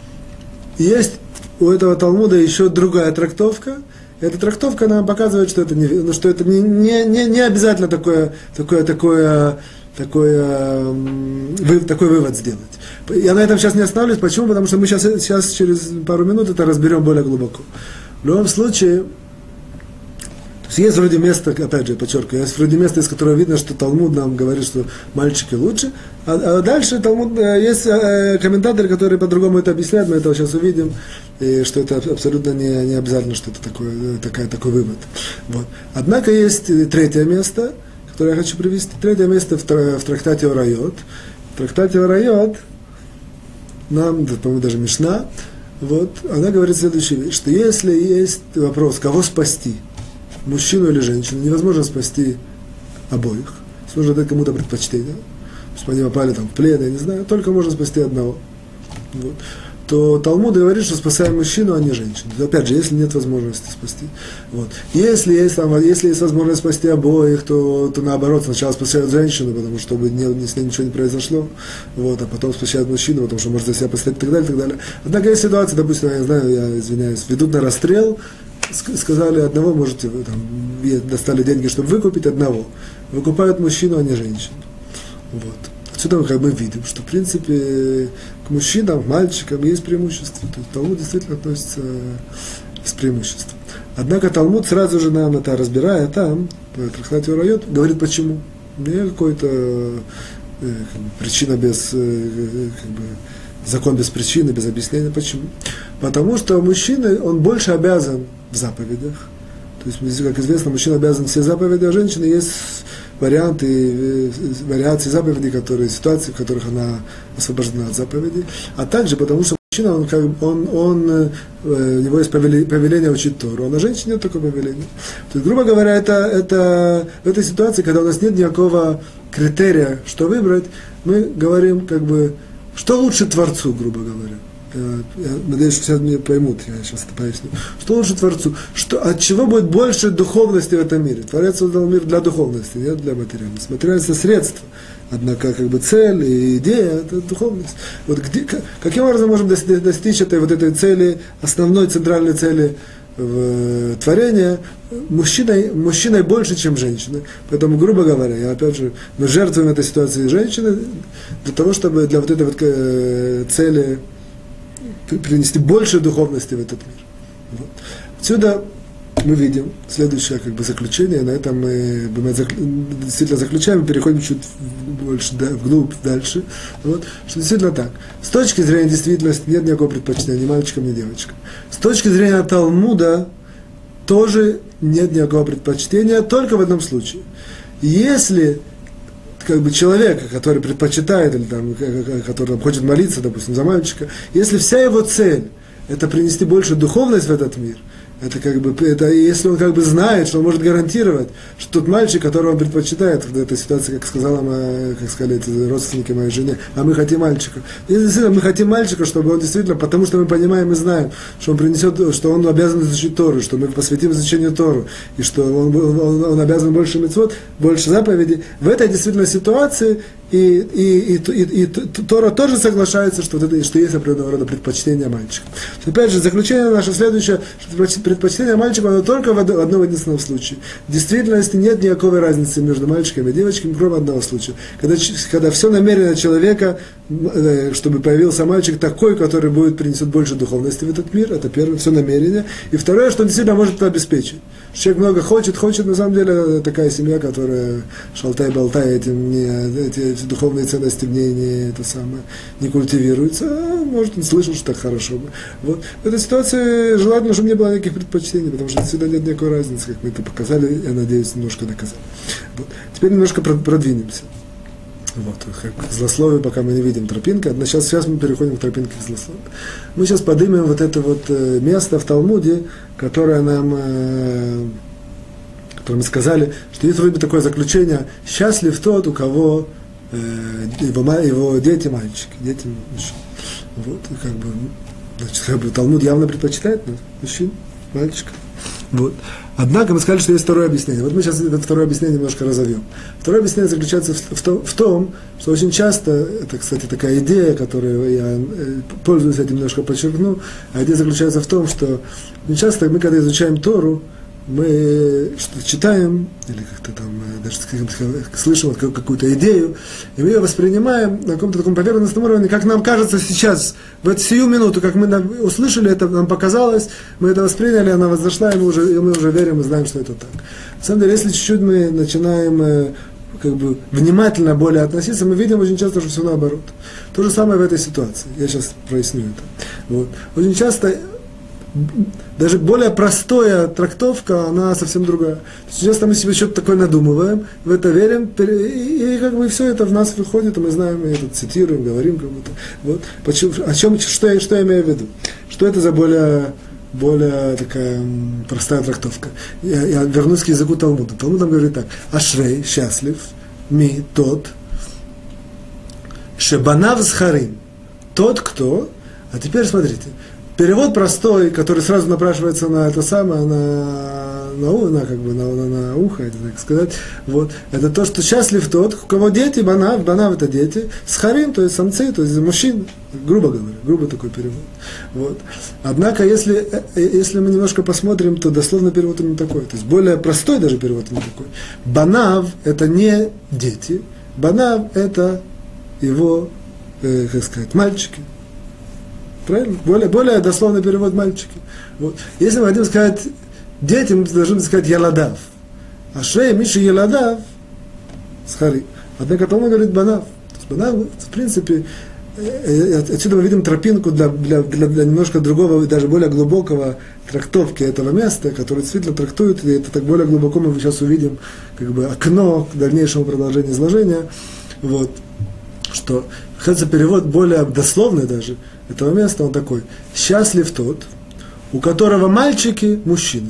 есть у этого Талмуда еще другая трактовка. Эта трактовка нам показывает, что это не, ну, что это не, не, не, не обязательно такое, такое, такое, такое, вы, такой вывод сделать. Я на этом сейчас не остановлюсь. Почему? Потому что мы сейчас, сейчас через пару минут это разберем более глубоко. В любом случае, есть вроде место, опять же, подчеркиваю, есть вроде место, из которого видно, что Талмуд нам говорит, что мальчики лучше, а, а дальше Талмуд, есть э, комментаторы, которые по-другому это объясняют, мы это сейчас увидим, и что это абсолютно не, не обязательно, что это такое, такая, такой вывод. Вот. Однако есть третье место, которое я хочу привести, третье место в, в трактате Орайот. В трактате Орайот нам, по-моему, даже Мишна, вот, она говорит следующую вещь, что если есть вопрос, кого спасти, мужчину или женщину, невозможно спасти обоих. Нужно дать кому-то предпочтение. Чтобы они попали там в плен, я не знаю, только можно спасти одного. Вот. То Талмуд говорит, что спасаем мужчину, а не женщину. Опять же, если нет возможности спасти. Вот. Если, есть, там, если есть возможность спасти обоих, то, то наоборот, сначала спасают женщину, потому что чтобы не, с ней ничего не произошло, вот, а потом спасают мужчину, потому что может за себя постоять и так далее, и так далее. Однако есть ситуация, допустим, я знаю, я извиняюсь, ведут на расстрел, сказали, одного можете, там, достали деньги, чтобы выкупить одного. Выкупают мужчину, а не женщину. Вот. Отсюда мы как бы видим, что в принципе к мужчинам, к мальчикам есть преимущество. То есть Талмуд действительно относится с преимуществом. Однако Талмуд сразу же нам это разбирая там, в Трактате Орайот, говорит почему. Не какой-то э, как бы, причина без, э, как бы, закон без причины, без объяснения. Почему? Потому что мужчина, он больше обязан в заповедях. То есть, как известно, мужчина обязан все заповеди, а женщина есть варианты, вариации заповедей, которые, ситуации, в которых она освобождена от заповедей. А также потому, что мужчина, он, как, он, он, у него есть повеление, повеление учить Тору, а на женщине нет такого повеления. То есть, грубо говоря, это, это в этой ситуации, когда у нас нет никакого критерия, что выбрать, мы говорим, как бы, что лучше Творцу, грубо говоря. Я надеюсь, что сейчас меня поймут, я сейчас это поясню. Что лучше Творцу? Что, от чего будет больше духовности в этом мире? Творец создал мир для духовности, не для материальности. Материальность – это средство. Однако, как бы, цель и идея – это духовность. Вот где, каким образом можем достичь этой, вот этой цели, основной центральной цели в творения, мужчиной, мужчиной больше, чем женщиной. Поэтому, грубо говоря, я опять же, мы жертвуем этой ситуации женщины для того, чтобы для вот этой вот цели принести больше духовности в этот мир. Вот. Отсюда мы видим следующее как бы, заключение, на этом мы действительно заключаем, переходим чуть больше, да, вглубь, дальше. Вот. Что действительно так. С точки зрения действительности нет никакого предпочтения ни мальчикам, ни девочкам. С точки зрения Талмуда тоже нет никакого предпочтения, только в одном случае. Если как бы человека, который предпочитает, или там, который там, хочет молиться, допустим, за мальчика, если вся его цель – это принести больше духовность в этот мир, это как бы, это, если он как бы знает, что он может гарантировать, что тот мальчик, которого он предпочитает в этой ситуации, как сказала моя, как сказали эти родственники моей жены, а мы хотим мальчика. И действительно, мы хотим мальчика, чтобы он действительно, потому что мы понимаем и знаем, что он принесет, что он обязан изучить Тору, что мы посвятим изучению Тору, и что он, он, он обязан больше мицвот, больше заповедей. В этой действительно ситуации и, и, и, и, и, и Тора тоже соглашается, что, вот это, что есть определенного рода предпочтение мальчика. Опять же, заключение наше следующее, что предпочтение мальчика оно только в одном единственном случае. В действительности нет никакой разницы между мальчиками и девочками, кроме одного случая. Когда, когда все намерение человека, чтобы появился мальчик такой, который будет принесет больше духовности в этот мир, это первое, все намерение. И второе, что он действительно может это обеспечить. Человек много хочет, хочет, на самом деле, такая семья, которая шалтай-болтай, этим не, эти, эти духовные ценности в ней не, это самое, не культивируются, а может, он слышал, что так хорошо. Вот. В этой ситуации желательно, чтобы не было никаких предпочтений, потому что всегда нет никакой разницы, как мы это показали, я надеюсь, немножко доказали. Вот. Теперь немножко продвинемся. Вот, как злословие, пока мы не видим тропинка. Сейчас, сейчас мы переходим к тропинке к злословию. Мы сейчас поднимем вот это вот место в Талмуде, которое нам, которое мы сказали, что есть вроде бы такое заключение: счастлив тот, у кого его, его дети мальчики, дети мужчины. Вот, как бы, значит, как бы Талмуд явно предпочитает мужчин, мальчиков. Вот. Однако мы сказали, что есть второе объяснение. Вот мы сейчас это второе объяснение немножко разовьем. Второе объяснение заключается в, в, том, в том, что очень часто, это, кстати, такая идея, которую я пользуюсь этим, немножко подчеркну, а идея заключается в том, что очень часто мы, когда изучаем Тору, мы что-то читаем, или как-то там даже слышим вот какую-то идею, и мы ее воспринимаем на каком-то таком поверхностном уровне, как нам кажется сейчас, в эту сию минуту, как мы услышали это, нам показалось, мы это восприняли, она возошла, и мы уже, и мы уже верим и знаем, что это так. На самом деле, если чуть-чуть мы начинаем как бы внимательно более относиться, мы видим очень часто, что все наоборот. То же самое в этой ситуации. Я сейчас проясню это. Вот. Очень часто даже более простая трактовка, она совсем другая. Часто мы себе что-то такое надумываем, в это верим, и, и как бы все это в нас выходит, и мы знаем, мы это цитируем, говорим как будто. Вот. Почему, о чем, что, я, что я имею в виду? Что это за более, более такая простая трактовка? Я, я вернусь к языку Талмуда. Талмуд там говорит так: Ашрей, счастлив, ми, тот, шебанав зхарим, тот, кто, а теперь смотрите, перевод простой, который сразу напрашивается на это самое, на, на, на, как бы, на, на, на ухо, так сказать. Вот. Это то, что счастлив тот, у кого дети, банав, банав это дети, схарим, то есть самцы, то есть мужчин, грубо говоря, грубо такой перевод. Вот. Однако, если, если мы немножко посмотрим, то дословно перевод не такой. То есть более простой даже перевод не такой. Банав это не дети, банав это его, э, как сказать, мальчики. Правильно? Более, более дословный перевод мальчики. Вот. Если мы хотим сказать дети, мы должны сказать Яладав. А Швей, Миши, Яладав, Схари. Однако Талмуд говорит Банав. Банав, в принципе, отсюда мы видим тропинку для, для, для, для немножко другого и даже более глубокого трактовки этого места, который действительно трактует, и это так более глубоко мы сейчас увидим, как бы окно к дальнейшему продолжению изложения. Вот. Что, кажется, перевод более дословный даже этого места, он такой: счастлив тот, у которого мальчики мужчины.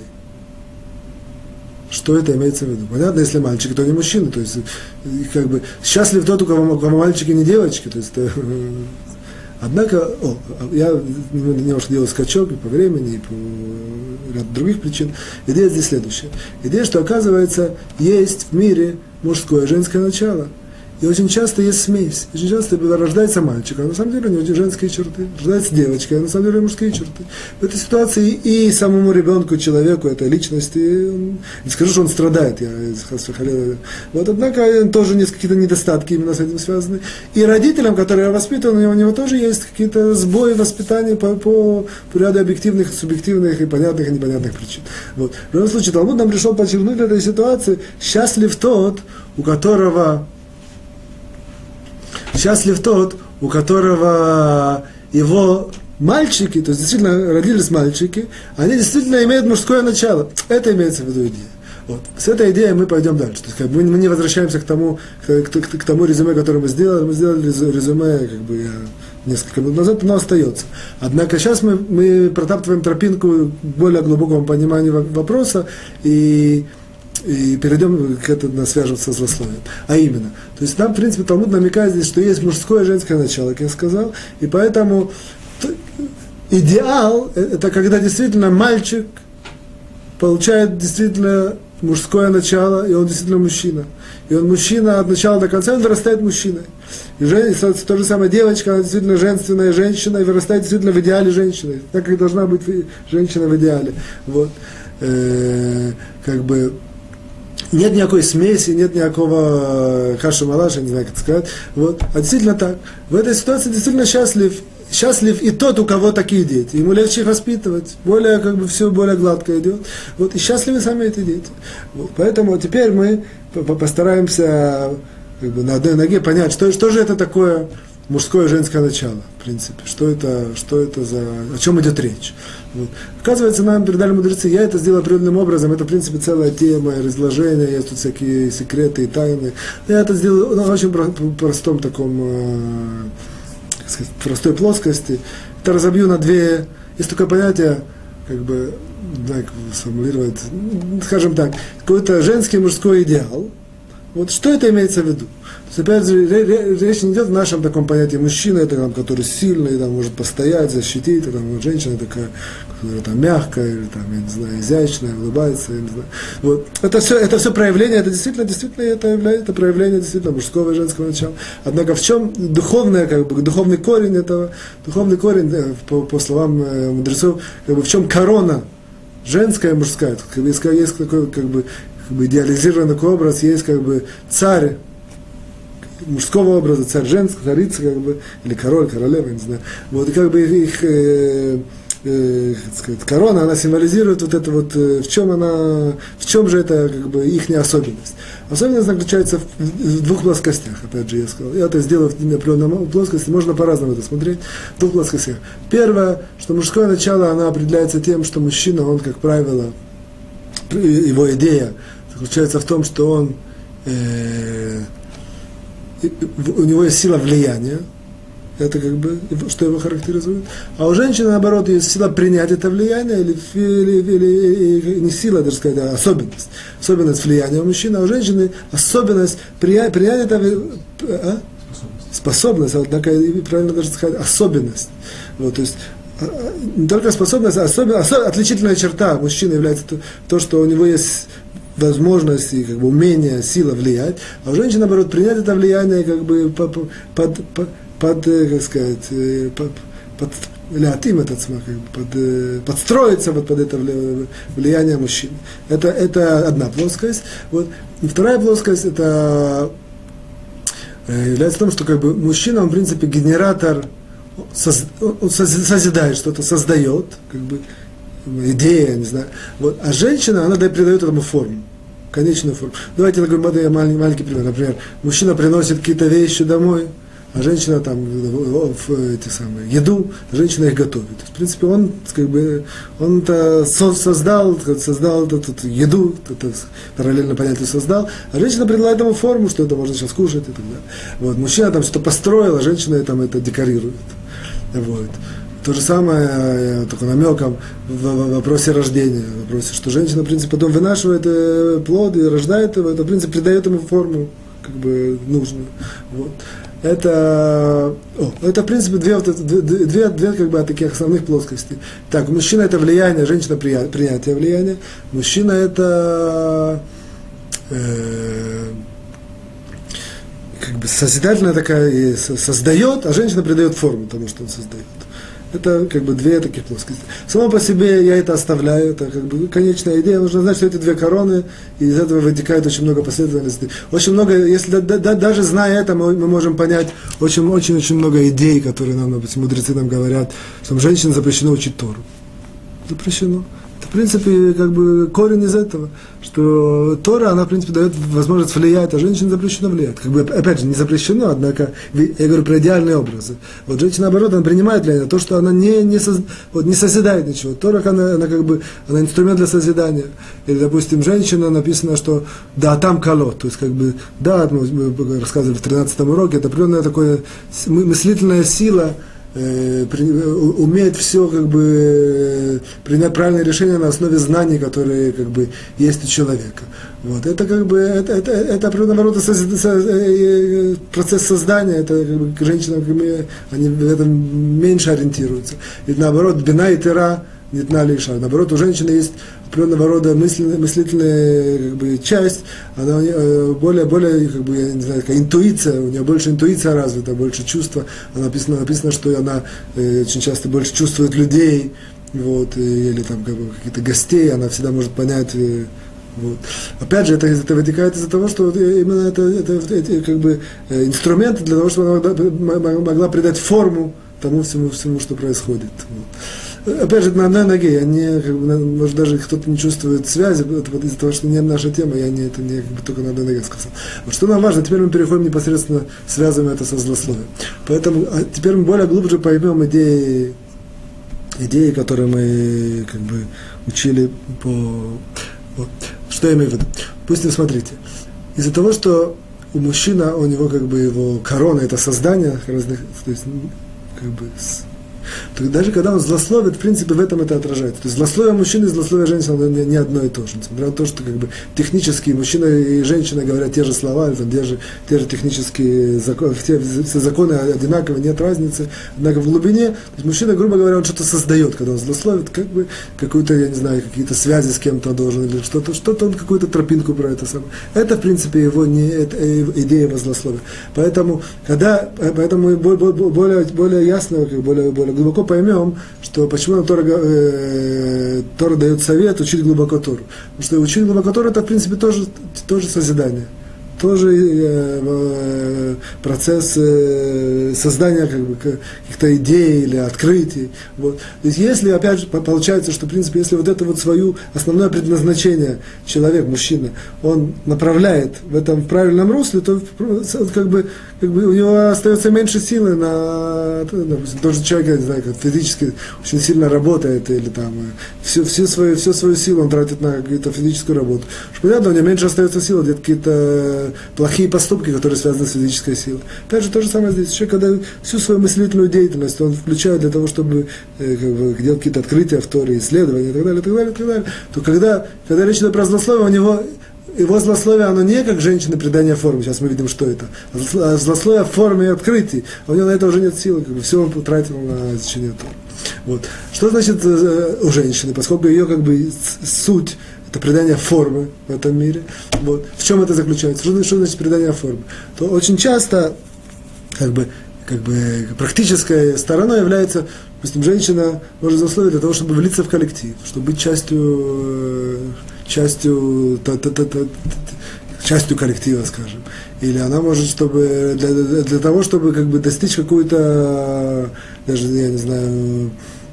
Что это имеется в виду? Понятно, если мальчики, то не мужчины. То есть, как бы, счастлив тот, у кого, у кого мальчики, не девочки. То есть, это, однако, о, я немножко делаю скачок и по времени, и по ряду других причин. Идея здесь следующая. Идея, что, оказывается, есть в мире мужское и женское начало. И очень часто есть смесь. Очень часто рождается мальчик, а на самом деле у него женские черты. Рождается девочка, а на самом деле мужские черты. В этой ситуации и самому ребенку, человеку, этой личности, он, не скажу, что он страдает, я вот, однако тоже есть какие-то недостатки именно с этим связаны. И родителям, которые воспитаны, у него тоже есть какие-то сбои в воспитании по, по, по ряду объективных, субъективных и понятных и непонятных причин. Вот. В любом случае, Талмуд нам пришел подчеркнуть этой ситуации: счастлив тот, у которого Счастлив тот, у которого его мальчики, то есть действительно родились мальчики, они действительно имеют мужское начало. Это имеется в виду идея. Вот. С этой идеей мы пойдем дальше. То есть, как бы, мы не возвращаемся к тому, к, к, к тому резюме, которое мы сделали. Мы сделали резюме как бы, несколько минут назад, но остается. Однако сейчас мы, мы протаптываем тропинку к более глубокому пониманию вопроса и И перейдем к этому, свяжем со злословием. А именно, то есть нам, в принципе, Талмуд намекает здесь, что есть мужское и женское начало, как я сказал, и поэтому идеал – это когда действительно мальчик получает действительно мужское начало, и он действительно мужчина. И он мужчина от начала до конца, он вырастает мужчиной. И женщина, то же самое девочка, она действительно женственная женщина, и вырастает действительно в идеале женщины, так как должна быть женщина в идеале. Вот. Э-э- как бы нет никакой смеси, нет никакого каши-малаша, не знаю, как сказать. Вот. А действительно так. В этой ситуации действительно счастлив. Счастлив и тот, у кого такие дети. Ему легче их воспитывать. Более, как бы, все более гладко идет. Вот. И счастливы сами эти дети. Вот. Поэтому теперь мы постараемся, как бы, на одной ноге понять, что, что же это такое мужское и женское начало, в принципе. Что это, что это за... О чем идет речь. Вот. Оказывается, нам передали мудрецы, я это сделал определенным образом, это, в принципе, целая тема, разложения, есть тут всякие секреты и тайны. Я это сделал на очень простом таком, как сказать, простой плоскости. Это разобью на две... Есть такое понятие, как бы, не знаю, как сформулировать, скажем так, какой-то женский и мужской идеал. Вот что это имеется в виду? То есть, опять же, речь не идет в нашем таком понятии мужчина, это, там, который сильный, там, может постоять, защитить, а там, женщина такая, которая там, мягкая, или, там, я не знаю, изящная, улыбается, я не знаю. Вот. Это все, это все проявление, это действительно, действительно это, является, это проявление действительно мужского и женского начала. Однако в чем духовное, как бы, духовный корень этого, духовный корень, по, по словам мудрецов, как бы, в чем корона женская и мужская. Как бы, есть такой, как бы, как бы идеализированный такой образ, есть как бы царь мужского образа, царь женского, царица, как бы, или король, королева, я не знаю. Вот, и как бы их, э, э, как сказать, корона, она символизирует вот это вот, э, в чем она, в чем же это, как бы, их особенность. Особенность заключается в, в двух плоскостях, опять же, я сказал. Я это сделал в определенной плоскости, можно по-разному это смотреть, в двух плоскостях. Первое, что мужское начало, оно определяется тем, что мужчина, он, как правило, его идея заключается в том, что он, э, у него есть сила влияния, это как бы, что его характеризует. А у женщины, наоборот, есть сила принять это влияние, или, или, или, или не сила, даже сказать, а особенность. Особенность влияния у мужчины, а у женщины особенность принять, принять это... А? Способность, однако, правильно даже сказать, особенность. Вот, то есть, не только способность, а особенно, особенно отличительная черта мужчины является то, то, что у него есть возможность и как бы, умение, сила влиять, а у женщины, наоборот, принять это влияние как бы под, под, под, под как сказать, под, под лятим этот смак, как бы, под, подстроиться вот под это влияние мужчины. Это, это одна плоскость. Вот. И вторая плоскость, это является в том, что как бы мужчина, он в принципе генератор, соз, он созидает что-то, создает, как бы идея, не знаю. Вот. А женщина, она придает этому форму, конечную форму. Давайте я говорю, маленький, маленький пример. Например, мужчина приносит какие-то вещи домой, а женщина там в эти самые, еду, женщина их готовит. В принципе, он как бы он это создал, создал эту, эту еду, это параллельно понятие создал, а женщина предлагает ему форму, что это можно сейчас кушать и так далее. Вот. Мужчина там что-то построил, а женщина там это декорирует. Вот. То же самое, только намеком в вопросе рождения, в вопросе, что женщина, в принципе, потом вынашивает плод и рождает его, это, в принципе, придает ему форму, как бы, нужную. Вот. Это, о, это, в принципе, две, две, две, две как бы, таких основных плоскостей. Так, мужчина – это влияние, женщина – принятие влияния. Мужчина – это э, как бы созидательная такая, создает, а женщина придает форму тому, что он создает. Это как бы две таких плоскости. Само по себе я это оставляю, это как бы конечная идея. Нужно знать, что эти две короны, и из этого вытекает очень много последовательностей. Очень много, если да, да, даже зная это, мы, мы можем понять очень-очень-очень много идей, которые нам, допустим, мудрецы нам говорят, что женщинам запрещено учить Тору. Запрещено. Это, в принципе, как бы корень из этого, что Тора, она, в принципе, дает возможность влиять, а женщине запрещено влиять. Как бы, опять же, не запрещено, однако, я говорю про идеальные образы. Вот женщина, наоборот, она принимает влияние, то, что она не, не, соз, вот, не созидает ничего. Тора, она, она, как бы, она инструмент для созидания. Или, допустим, женщина, написано, что да, там колот, то есть, как бы, да, мы, мы рассказывали в тринадцатом уроке, это определенная такая мыслительная сила, умеет все как бы принять правильное решение на основе знаний, которые как бы есть у человека. Вот. Это как бы это, это, это определенного рода процесс создания, это как бы женщины как бы, они в этом меньше ориентируются. И наоборот, бина и тера нет на лиша. Наоборот, у женщины есть определенного рода мысленная, мыслительная как бы, часть, она более, более как бы, я не знаю, такая интуиция, у нее больше интуиция развита, больше чувства. Она написано, написано, что она э, очень часто больше чувствует людей, вот, или там как бы, каких-то гостей, она всегда может понять. Э, вот. Опять же, это, это вытекает из-за того, что именно это, это, это как бы инструменты для того, чтобы она могла, могла придать форму тому всему, всему, что происходит. Вот. Опять же, на одной ноге, я не, как бы, может, даже кто-то не чувствует связи, это вот из-за того, что не наша тема, я не, это не как бы, только на одной ноге сказал. Вот что нам важно, теперь мы переходим непосредственно, связываем это со злословием. Поэтому а теперь мы более глубже поймем идеи, идеи, которые мы как бы учили по... Вот. Что я имею в виду? Пусть не смотрите. Из-за того, что у мужчины, у него как бы его корона, это создание разных, то есть как бы... То даже когда он злословит, в принципе, в этом это отражается. То есть злословие мужчины и злословие женщины не, не одно и то же. Несмотря на то, что как бы, технически мужчина и женщина говорят те же слова, там, те, же, те же технические законы, все, все законы одинаковые, нет разницы. Однако в глубине, то есть мужчина, грубо говоря, он что-то создает, когда он злословит, как бы какую-то, я не знаю, какие-то связи с кем-то должен, или что-то, что-то он какую-то тропинку про это самое. Это, в принципе, его не, это, идея его злословия. Поэтому, когда, поэтому мы более, более ясно, более, более глубоко поймем, что почему Тора, э, Тора дает совет учить глубоко Тору. Потому что учить глубоко Тору это, в принципе, тоже, тоже созидание. Тоже э, процесс э, создания как бы, каких-то идей или открытий. Вот. То есть если, опять же, получается, что, в принципе, если вот это вот свое основное предназначение человек, мужчина, он направляет в этом в правильном русле, то как бы, как бы у него остается меньше силы на, допустим, тот же человек, я не знаю, как физически очень сильно работает, или там всю, всю, свою, всю свою силу он тратит на какую-то физическую работу. Что понятно, у него меньше остается силы, где-то какие-то плохие поступки, которые связаны с физической силой. Опять же, то же самое здесь. Человек, когда всю свою мыслительную деятельность он включает для того, чтобы э, как бы, делать какие-то открытия в Торе, исследования и так далее, и так далее, и так далее, то когда, когда речь идет про злословие, у него его злословие, оно не как женщины придание формы, сейчас мы видим, что это, а злословие в форме открытий, а у него на это уже нет силы, как бы, все он потратил на изучение Торы. Вот. Что значит э, у женщины, поскольку ее как бы суть это придание формы в этом мире. Вот. В чем это заключается? Что, что значит придание формы? То очень часто как бы, как бы, практической стороной является, допустим, женщина может злословить для того, чтобы влиться в коллектив, чтобы быть частью, частью та, та, та, та, частью коллектива, скажем. Или она может, чтобы для, для того, чтобы как бы достичь какую-то, даже, я не знаю,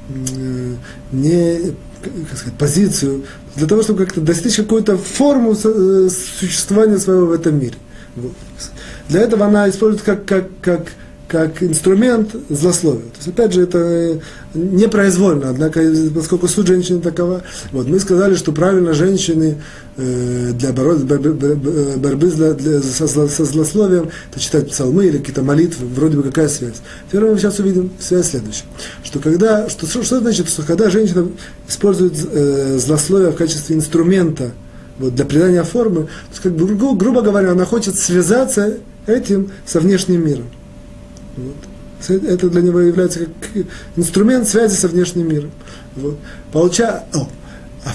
не, как сказать, позицию, для того, чтобы как-то достичь какую-то форму существования своего в этом мире. Вот. Для этого она использует как, как, как, как инструмент злословия. То есть, опять же, это непроизвольно, однако, поскольку суть женщины такова, вот, мы сказали, что правильно женщины э, для борьбы, борьбы, борьбы для, для, со, со злословием, это читать псалмы или какие-то молитвы, вроде бы какая связь. Теперь мы сейчас увидим связь следующая. Что, когда, что, что, что значит, что когда женщина использует э, злословие в качестве инструмента вот, для придания формы, то есть, как бы, гру, грубо говоря, она хочет связаться этим со внешним миром. Вот. Это для него является как инструмент связи со внешним миром. Вот. Получа... О, а,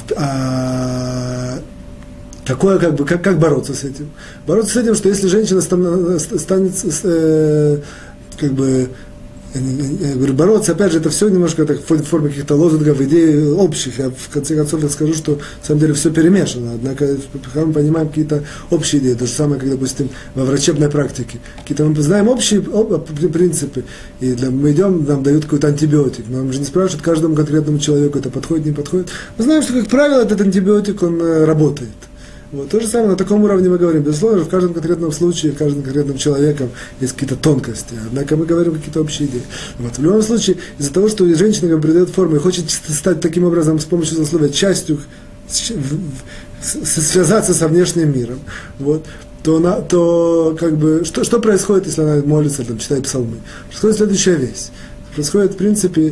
а, какое, как, бы, как, как бороться с этим? Бороться с этим, что если женщина станет, станет э, как бы, я говорю, бороться, опять же, это все немножко так, в форме каких-то лозунгов, идей общих. Я в конце концов я скажу, что на самом деле все перемешано. Однако мы понимаем какие-то общие идеи. То же самое, как, допустим, во врачебной практике. Какие-то мы знаем общие об, принципы. И для, мы идем, нам дают какой-то антибиотик. Но нам же не спрашивают каждому конкретному человеку, это подходит, не подходит. Мы знаем, что, как правило, этот антибиотик, он работает. Вот. То же самое, на таком уровне мы говорим. Безусловно, в каждом конкретном случае, в каждом конкретном человеке есть какие-то тонкости. Однако мы говорим какие-то общие идеи. Вот. В любом случае, из-за того, что женщина придает форму и хочет стать таким образом с помощью злословия частью, связаться со внешним миром, вот, то, она, то как бы, что, что происходит, если она молится, там, читает псалмы? Происходит следующая вещь. Происходит, в принципе,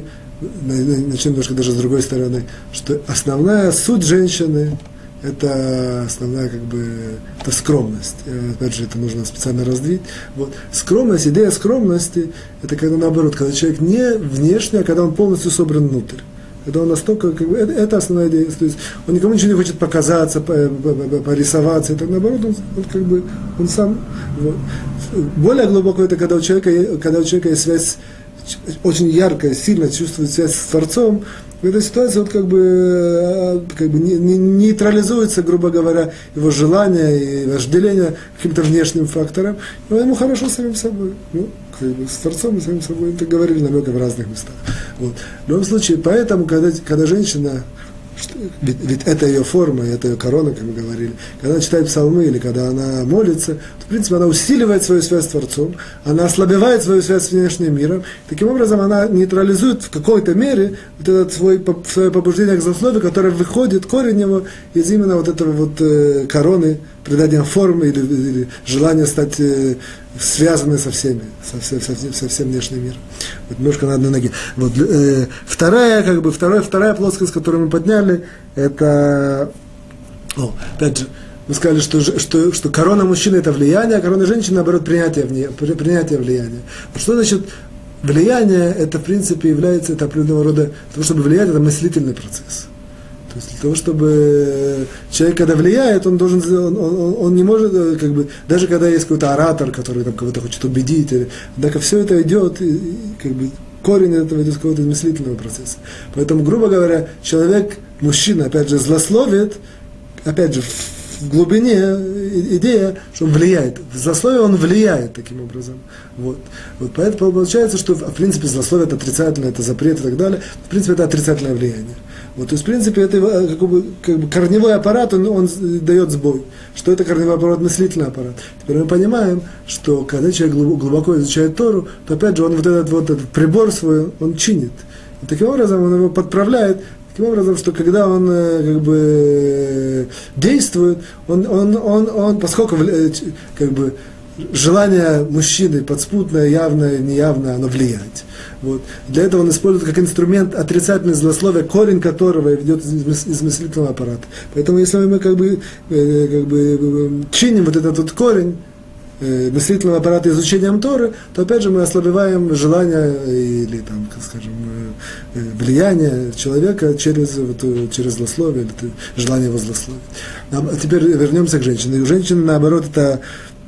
начнем немножко даже с другой стороны, что основная суть женщины – это основная, как бы, это скромность. И, опять же, это нужно специально раздвить. Вот. Скромность, идея скромности, это когда наоборот, когда человек не внешний, а когда он полностью собран внутрь. Когда он настолько, как бы, это, это основная идея. То есть он никому ничего не хочет показаться, порисоваться. Это наоборот, он, он как бы, он сам. Вот. Более глубоко это когда у человека, когда у человека есть связь, очень яркая, сильно чувствует связь с Творцом. В этой ситуации вот как бы, как бы не, не, нейтрализуется, грубо говоря, его желание и вожделение каким-то внешним фактором, но ему хорошо с самим собой. Ну, как бы с Творцом и самим собой. Это говорили намеки в разных местах. Вот. В любом случае, поэтому, когда, когда женщина, что, ведь, ведь это ее форма, это ее корона, как мы говорили, когда она читает псалмы или когда она молится, то, в принципе, она усиливает свою связь с Творцом, она ослабевает свою связь с внешним миром, таким образом она нейтрализует в какой-то мере вот это свой, свое побуждение к злословию, которое выходит, корень его из именно вот этого вот э, короны, придания формы или, или желания стать э, связанной со всеми, со, со, со, со всем внешним миром. Вот немножко на одной ноге. Вот, э, вторая, как бы, вторая, вторая плоскость, которую мы подняли, это, о, опять же, мы сказали, что, что, что корона мужчины – это влияние, а корона женщины, наоборот, принятие, принятие влияния. Вот что значит влияние? Это, в принципе, является, это определенного рода, для того, чтобы влиять, это мыслительный процесс. То есть для того, чтобы человек, когда влияет, он должен, он, он, он не может, как бы, даже когда есть какой-то оратор, который там кого-то хочет убедить, или, однако все это идет, и, как бы, корень этого идет с какого-то мыслительного процесса. Поэтому, грубо говоря, человек, мужчина, опять же, злословит, опять же, в глубине идея, что он влияет. В злословие он влияет таким образом. Вот. Вот поэтому получается, что в принципе злословие это отрицательное, это запрет и так далее. В принципе, это отрицательное влияние. Вот, то есть, в принципе, это как бы, как бы корневой аппарат, он, он дает сбой. Что это корневой аппарат, мыслительный аппарат. Теперь мы понимаем, что когда человек глубоко изучает Тору, то опять же он вот этот, вот этот прибор свой, он чинит. И таким образом он его подправляет. Таким образом, что когда он как бы действует, он, он, он, он поскольку как бы, желание мужчины подспутное, явное, неявное, оно влияет. Вот. Для этого он использует как инструмент отрицательное злословие, корень которого идет из, из мыслительного аппарата. Поэтому если мы как бы, э, как бы чиним вот этот вот корень э, мыслительного аппарата изучением Торы, то опять же мы ослабеваем желание или там, как скажем, э, влияние человека через, вот, через злословие, или желание его злословить. А теперь вернемся к женщине. У женщины, наоборот, это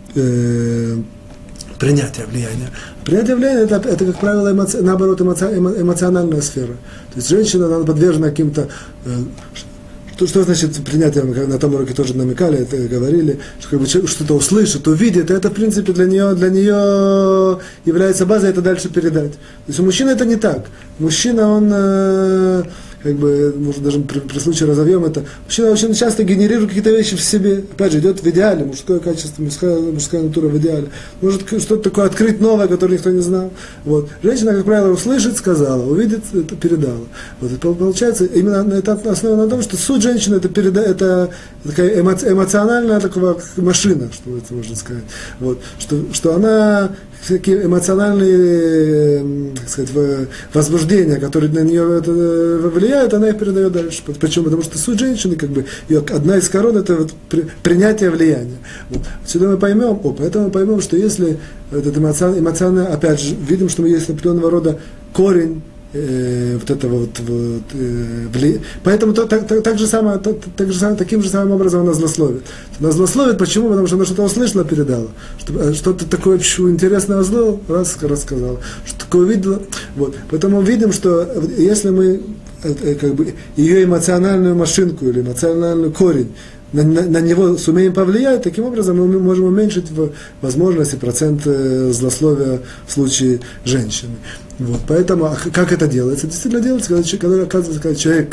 э, принятие влияния. Принятие влияния это, это как правило, эмоци... наоборот, эмоци... эмоциональная сфера. То есть женщина она подвержена каким-то, э, что, что значит принятие, мы на том уроке тоже намекали, это говорили, что как бы что-то услышит, увидит, и это, в принципе, для нее, для нее является базой, это дальше передать. То есть у мужчины это не так. Мужчина, он, э, как бы, может, даже при, при случае разовьем это, мужчина очень часто генерирует какие-то вещи в себе. Опять же, идет в идеале, мужское качество, мужская, мужская натура в идеале. Может что-то такое открыть новое, которое никто не знал. Вот. Женщина, как правило, услышит, сказала, увидит, это передала. Вот. И получается, именно это основано на том, что суть женщины это, переда, это такая эмо, эмоциональная такая машина, что это можно сказать. Вот. Что, что она всякие эмоциональные, так сказать, возбуждения, которые на нее влияют, она их передает дальше. Почему? Потому что суть женщины, как бы, ее одна из сторон, это вот принятие влияния. Вот. Сюда мы поймем, о, поэтому мы поймем, что если этот эмоциональный, опять же, видим, что есть определенного рода корень, Э, вот этого вот, вот э, вли... поэтому то, так, так, так же самое, так, так же самое, таким же самым образом она злословит. Она злословит, почему? Потому что она что-то услышала, передала. Что, что-то такое интересное зло, раз рассказала. Что такое увидела. Вот. Поэтому видим, что если мы э, как бы, ее эмоциональную машинку или эмоциональный корень На, на, на него сумеем повлиять, таким образом мы можем уменьшить возможности, процент злословия в случае женщины. Вот, поэтому, как это делается? Действительно делается, когда, когда оказывается, когда человек,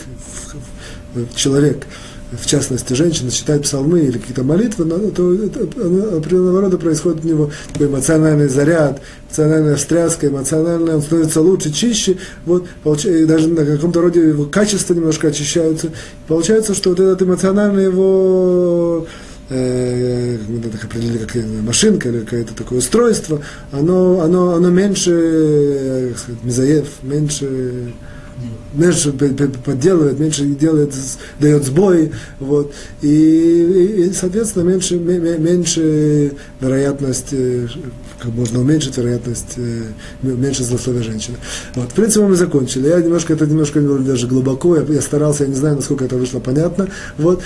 человек, в частности, женщина, читает псалмы или какие-то молитвы, то это, определенного рода происходит у него такой эмоциональный заряд, эмоциональная встряска, эмоциональная, он становится лучше, чище, вот, и даже на каком-то роде его качества немножко очищаются. Получается, что вот этот эмоциональный его, э, как так определили, как машинка или какое-то такое устройство, оно, оно, оно меньше, как сказать, мезоев, меньше... меньше подделывает, меньше делает, дает сбои, вот, и, и, и соответственно, меньше, меньше вероятность, как можно уменьшить вероятность, меньше злословия женщины. Вот, в принципе, мы закончили. Я немножко, это немножко даже глубоко, я, я старался, я не знаю, насколько это вышло понятно, вот.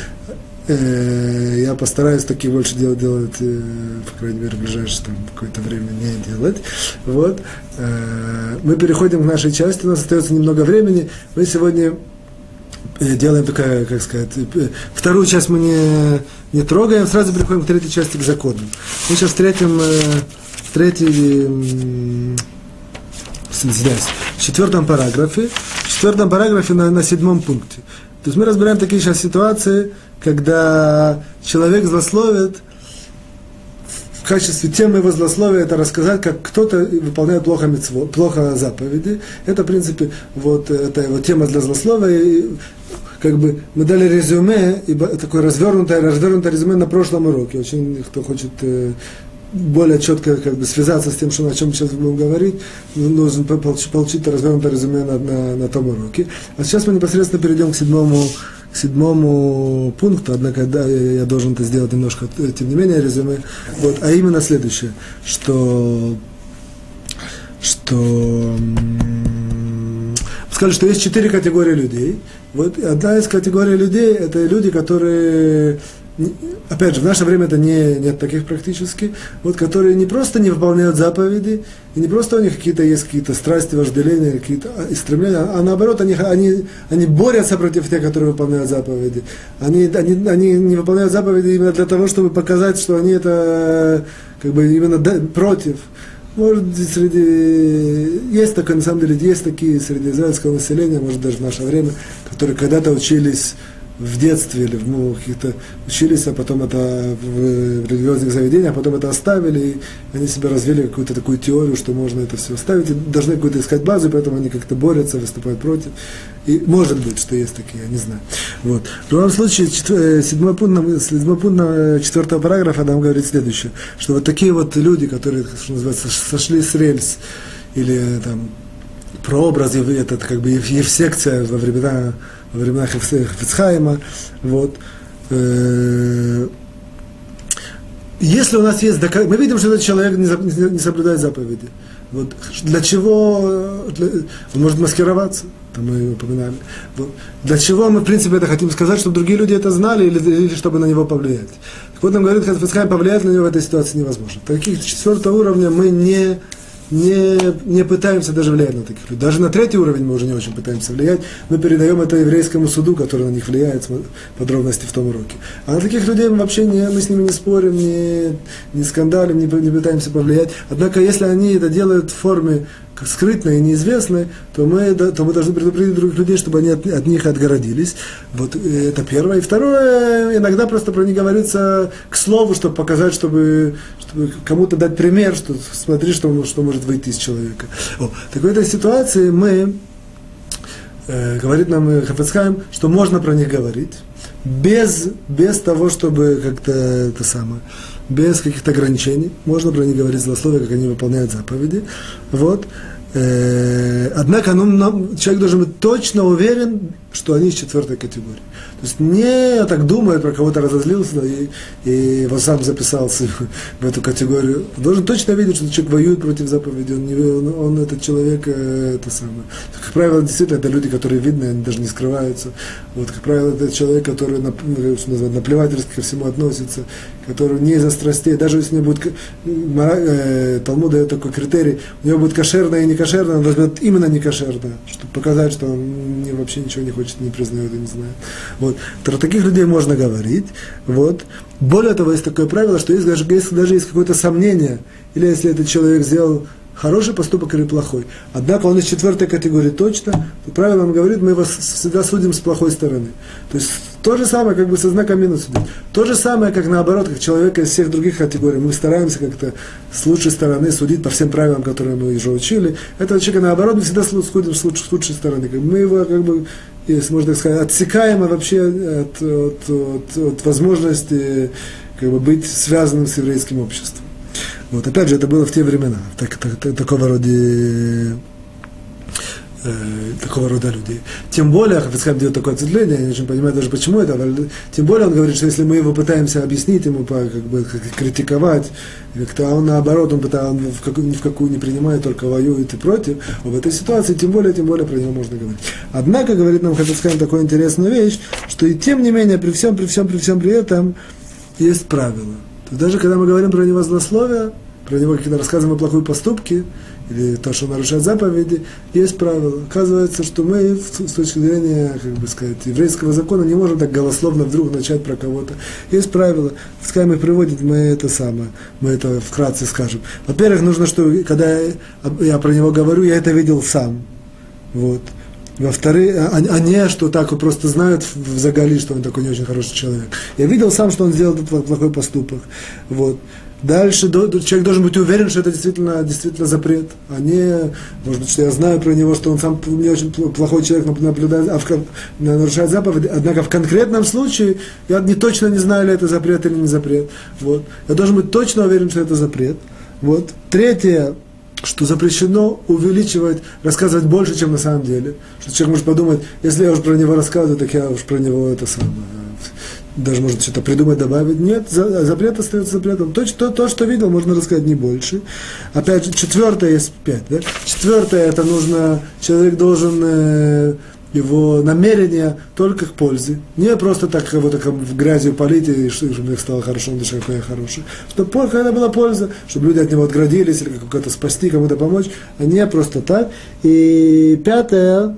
Я постараюсь таки больше делать, делать, по крайней мере, в ближайшее там, какое-то время не делать. Вот. Мы переходим к нашей части, у нас остается немного времени. Мы сегодня делаем такая, как сказать, вторую часть мы не, не трогаем, сразу переходим к третьей части, к законам. Мы сейчас в третьем, в третьем, в четвертом параграфе, в четвертом параграфе на, на седьмом пункте. То есть мы разбираем такие сейчас ситуации, когда человек злословит, в качестве темы его злословия это рассказать, как кто-то выполняет плохо мицво, плохо заповеди. Это, в принципе, вот это его тема для злословия. И, как бы мы дали резюме, и такое развернутое, развернутое резюме на прошлом уроке. Очень, кто хочет более четко как бы связаться с тем, что, о чем сейчас будем говорить, нужно получить, получить развернутое резюме на, на, на том уроке. А сейчас мы непосредственно перейдем к седьмому, к седьмому пункту, однако да, я, я должен это сделать немножко, тем не менее, резюме. Вот, а именно следующее, что, что сказали, что есть четыре категории людей. Вот одна из категорий людей это люди, которые, опять же, в наше время это не, нет таких практически, вот, которые не просто не выполняют заповеди, и не просто у них какие-то есть какие-то страсти, вожделения, какие-то стремления, а, а наоборот, они, они, они борются против тех, которые выполняют заповеди. Они, они, они не выполняют заповеди именно для того, чтобы показать, что они это как бы именно против. Может, среди, есть такое, на самом деле, есть такие среди израильского населения, может, даже в наше время, которые когда-то учились в детстве или в ну, каких-то учились, а потом это в, в религиозных заведениях, а потом это оставили, и они себе развили какую-то такую теорию, что можно это все оставить, и должны какую-то искать базу, и поэтому они как-то борются, выступают против. И может быть, что есть такие, я не знаю. Вот. В любом случае, четвер... седьмой пункт, седьмой пункт четвертого параграфа нам говорит следующее, что вот такие вот люди, которые, что называется, сошли с рельс, или там прообразы, это как бы евсекция во времена во времена Хафец-Хаима, вот. Если у нас есть доказательства, мы видим, что этот человек не соблюдает заповеди. Вот. Для чего? Для, он может маскироваться, там мы упоминали. Вот. Для чего мы, в принципе, это хотим сказать, чтобы другие люди это знали или, или чтобы на него повлиять. Так вот, нам говорит, Хафец-Хаим, повлиять на него в этой ситуации невозможно. Таких четвертого уровня мы не не, не пытаемся даже влиять на таких людей. Даже на третий уровень мы уже не очень пытаемся влиять. Мы передаем это еврейскому суду, который на них влияет, подробности в том уроке. А на таких людей мы вообще не, мы с ними не спорим, не, не скандалим, не, не пытаемся повлиять. Однако, если они это делают в форме как скрытной и неизвестной, то мы, да, то мы должны предупредить других людей, чтобы они от, от них отгородились. Вот это первое. И второе, иногда просто про них говорится к слову, чтобы показать, чтобы, чтобы кому-то дать пример, что смотри, что, что может выйти из человека. О, так в этой ситуации мы, э, говорит нам Хафец Хаим, что можно про них говорить, без, без того, чтобы как-то это самое, без каких-то ограничений, можно про них говорить злословие, как они выполняют заповеди. Вот. Однако ну, нам, человек должен быть точно уверен, что они из четвертой категории. То есть не так думает, про кого-то разозлился и, и вот сам записался в эту категорию. Должен точно видеть, что человек воюет против заповеди, он, не, он, он этот человек, это самое. Как правило, действительно, это люди, которые видны, они даже не скрываются. Вот, как правило, это человек, который что называется, наплевательски ко всему относится, который не из-за страстей, даже если у него будет, э, Талмуд дает такой критерий, у него будет кошерное и не кошерное, он возьмет именно не кошерное, чтобы показать, что он не, вообще ничего не хочет, не признает и не знает. Вот. Про таких людей можно говорить. Вот. Более того, есть такое правило, что если даже, если даже есть какое-то сомнение, или если этот человек сделал хороший поступок или плохой, однако он из четвертой категории точно, то правило нам говорит, мы его всегда судим с плохой стороны. То есть то же самое, как бы со знаком минус судить. То же самое, как наоборот, как человека из всех других категорий. Мы стараемся как-то с лучшей стороны судить по всем правилам, которые мы уже учили. Этого человека наоборот, мы всегда судим с лучшей, с лучшей стороны. Мы его, как бы, если можно так сказать, отсекаем вообще от, от, от, от возможности как бы, быть связанным с еврейским обществом. Вот, опять же, это было в те времена, так, так, такого рода, э, такого рода людей. Тем более, Хафец Хаим делает такое ответвление, я не очень понимаю даже почему это, тем более он говорит, что если мы его пытаемся объяснить ему, как бы, как, критиковать, как-то, а он наоборот, он, пытается, он в какую, ни в какую не принимает, только воюет и против, в этой ситуации, тем более, тем более про него можно говорить. Однако, говорит нам Хафец Хаим такую интересную вещь, что и тем не менее, при всем, при всем, при всем при этом, есть правила. То есть даже когда мы говорим про него злословие, про него какие-то рассказываем о плохой поступке, или то, что он нарушает заповеди, есть правило. Оказывается, что мы, с точки зрения, как бы сказать, еврейского закона, не можем так голословно вдруг начать про кого-то. Есть правило. Пускай мы приводим, мы это самое, мы это вкратце скажем. Во-первых, нужно, что, когда я про него говорю, я это видел сам. Вот. Во-вторых, а, а не, что так вот просто знают в Загали, что он такой не очень хороший человек. Я видел сам, что он сделал этот плохой поступок. Вот. Дальше до, человек должен быть уверен, что это действительно, действительно запрет, а не, может быть, что я знаю про него, что он сам не очень плохой человек, наблюдает, а в, нарушает заповеди, однако в конкретном случае я не точно не знаю, ли это запрет или не запрет. Вот. Я должен быть точно уверен, что это запрет. Вот. Третье, что запрещено увеличивать, рассказывать больше, чем на самом деле. Что человек может подумать, если я уж про него рассказываю, так я уж про него это самое. Даже может что-то придумать, добавить. Нет, запрет остается запретом. То, то, то, что видел, можно рассказать не больше. Опять же, четвертое есть пять. Да? Четвертое, это нужно, человек должен э, его намерение только к пользе. Не просто так кого-то в грязью полить, и чтобы мне стало хорошо, он душа какой я хороший. Чтобы когда была польза, чтобы люди от него отградились, или как-то спасти, кому-то помочь, а не просто так. И пятое,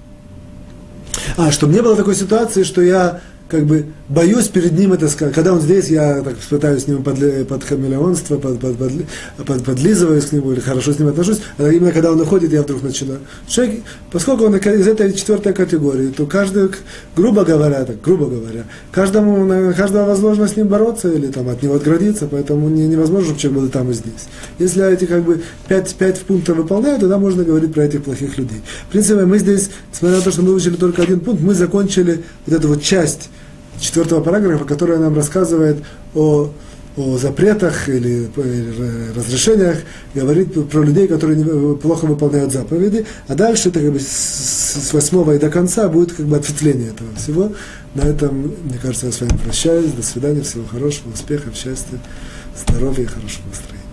а, чтобы не было такой ситуации, что я как бы боюсь перед ним это сказать. Когда он здесь, я так пытаюсь с ним под, под хамелеонство, под, под, под, под, подлизываюсь к нему, или хорошо с ним отношусь, а именно когда он уходит, я вдруг начинаю. Человек, поскольку он из этой четвертой категории, то каждый, грубо говоря, так, грубо говоря, каждому, на каждого возможно с ним бороться или там, от него отградиться, поэтому не, невозможно, чтобы человек был и там, и здесь. Если эти как бы пять, пять пунктов выполняют, тогда можно говорить про этих плохих людей. В принципе, мы здесь, несмотря на то, что мы выучили только один пункт, мы закончили вот эту вот часть четвертого параграфа, которая нам рассказывает о, о запретах или, или разрешениях, говорит про людей, которые не, плохо выполняют заповеди, а дальше это как бы с, с восьмого и до конца будет как бы ответвление этого всего. На этом, мне кажется, я с вами прощаюсь. До свидания, всего хорошего, успехов, счастья, здоровья и хорошего настроения.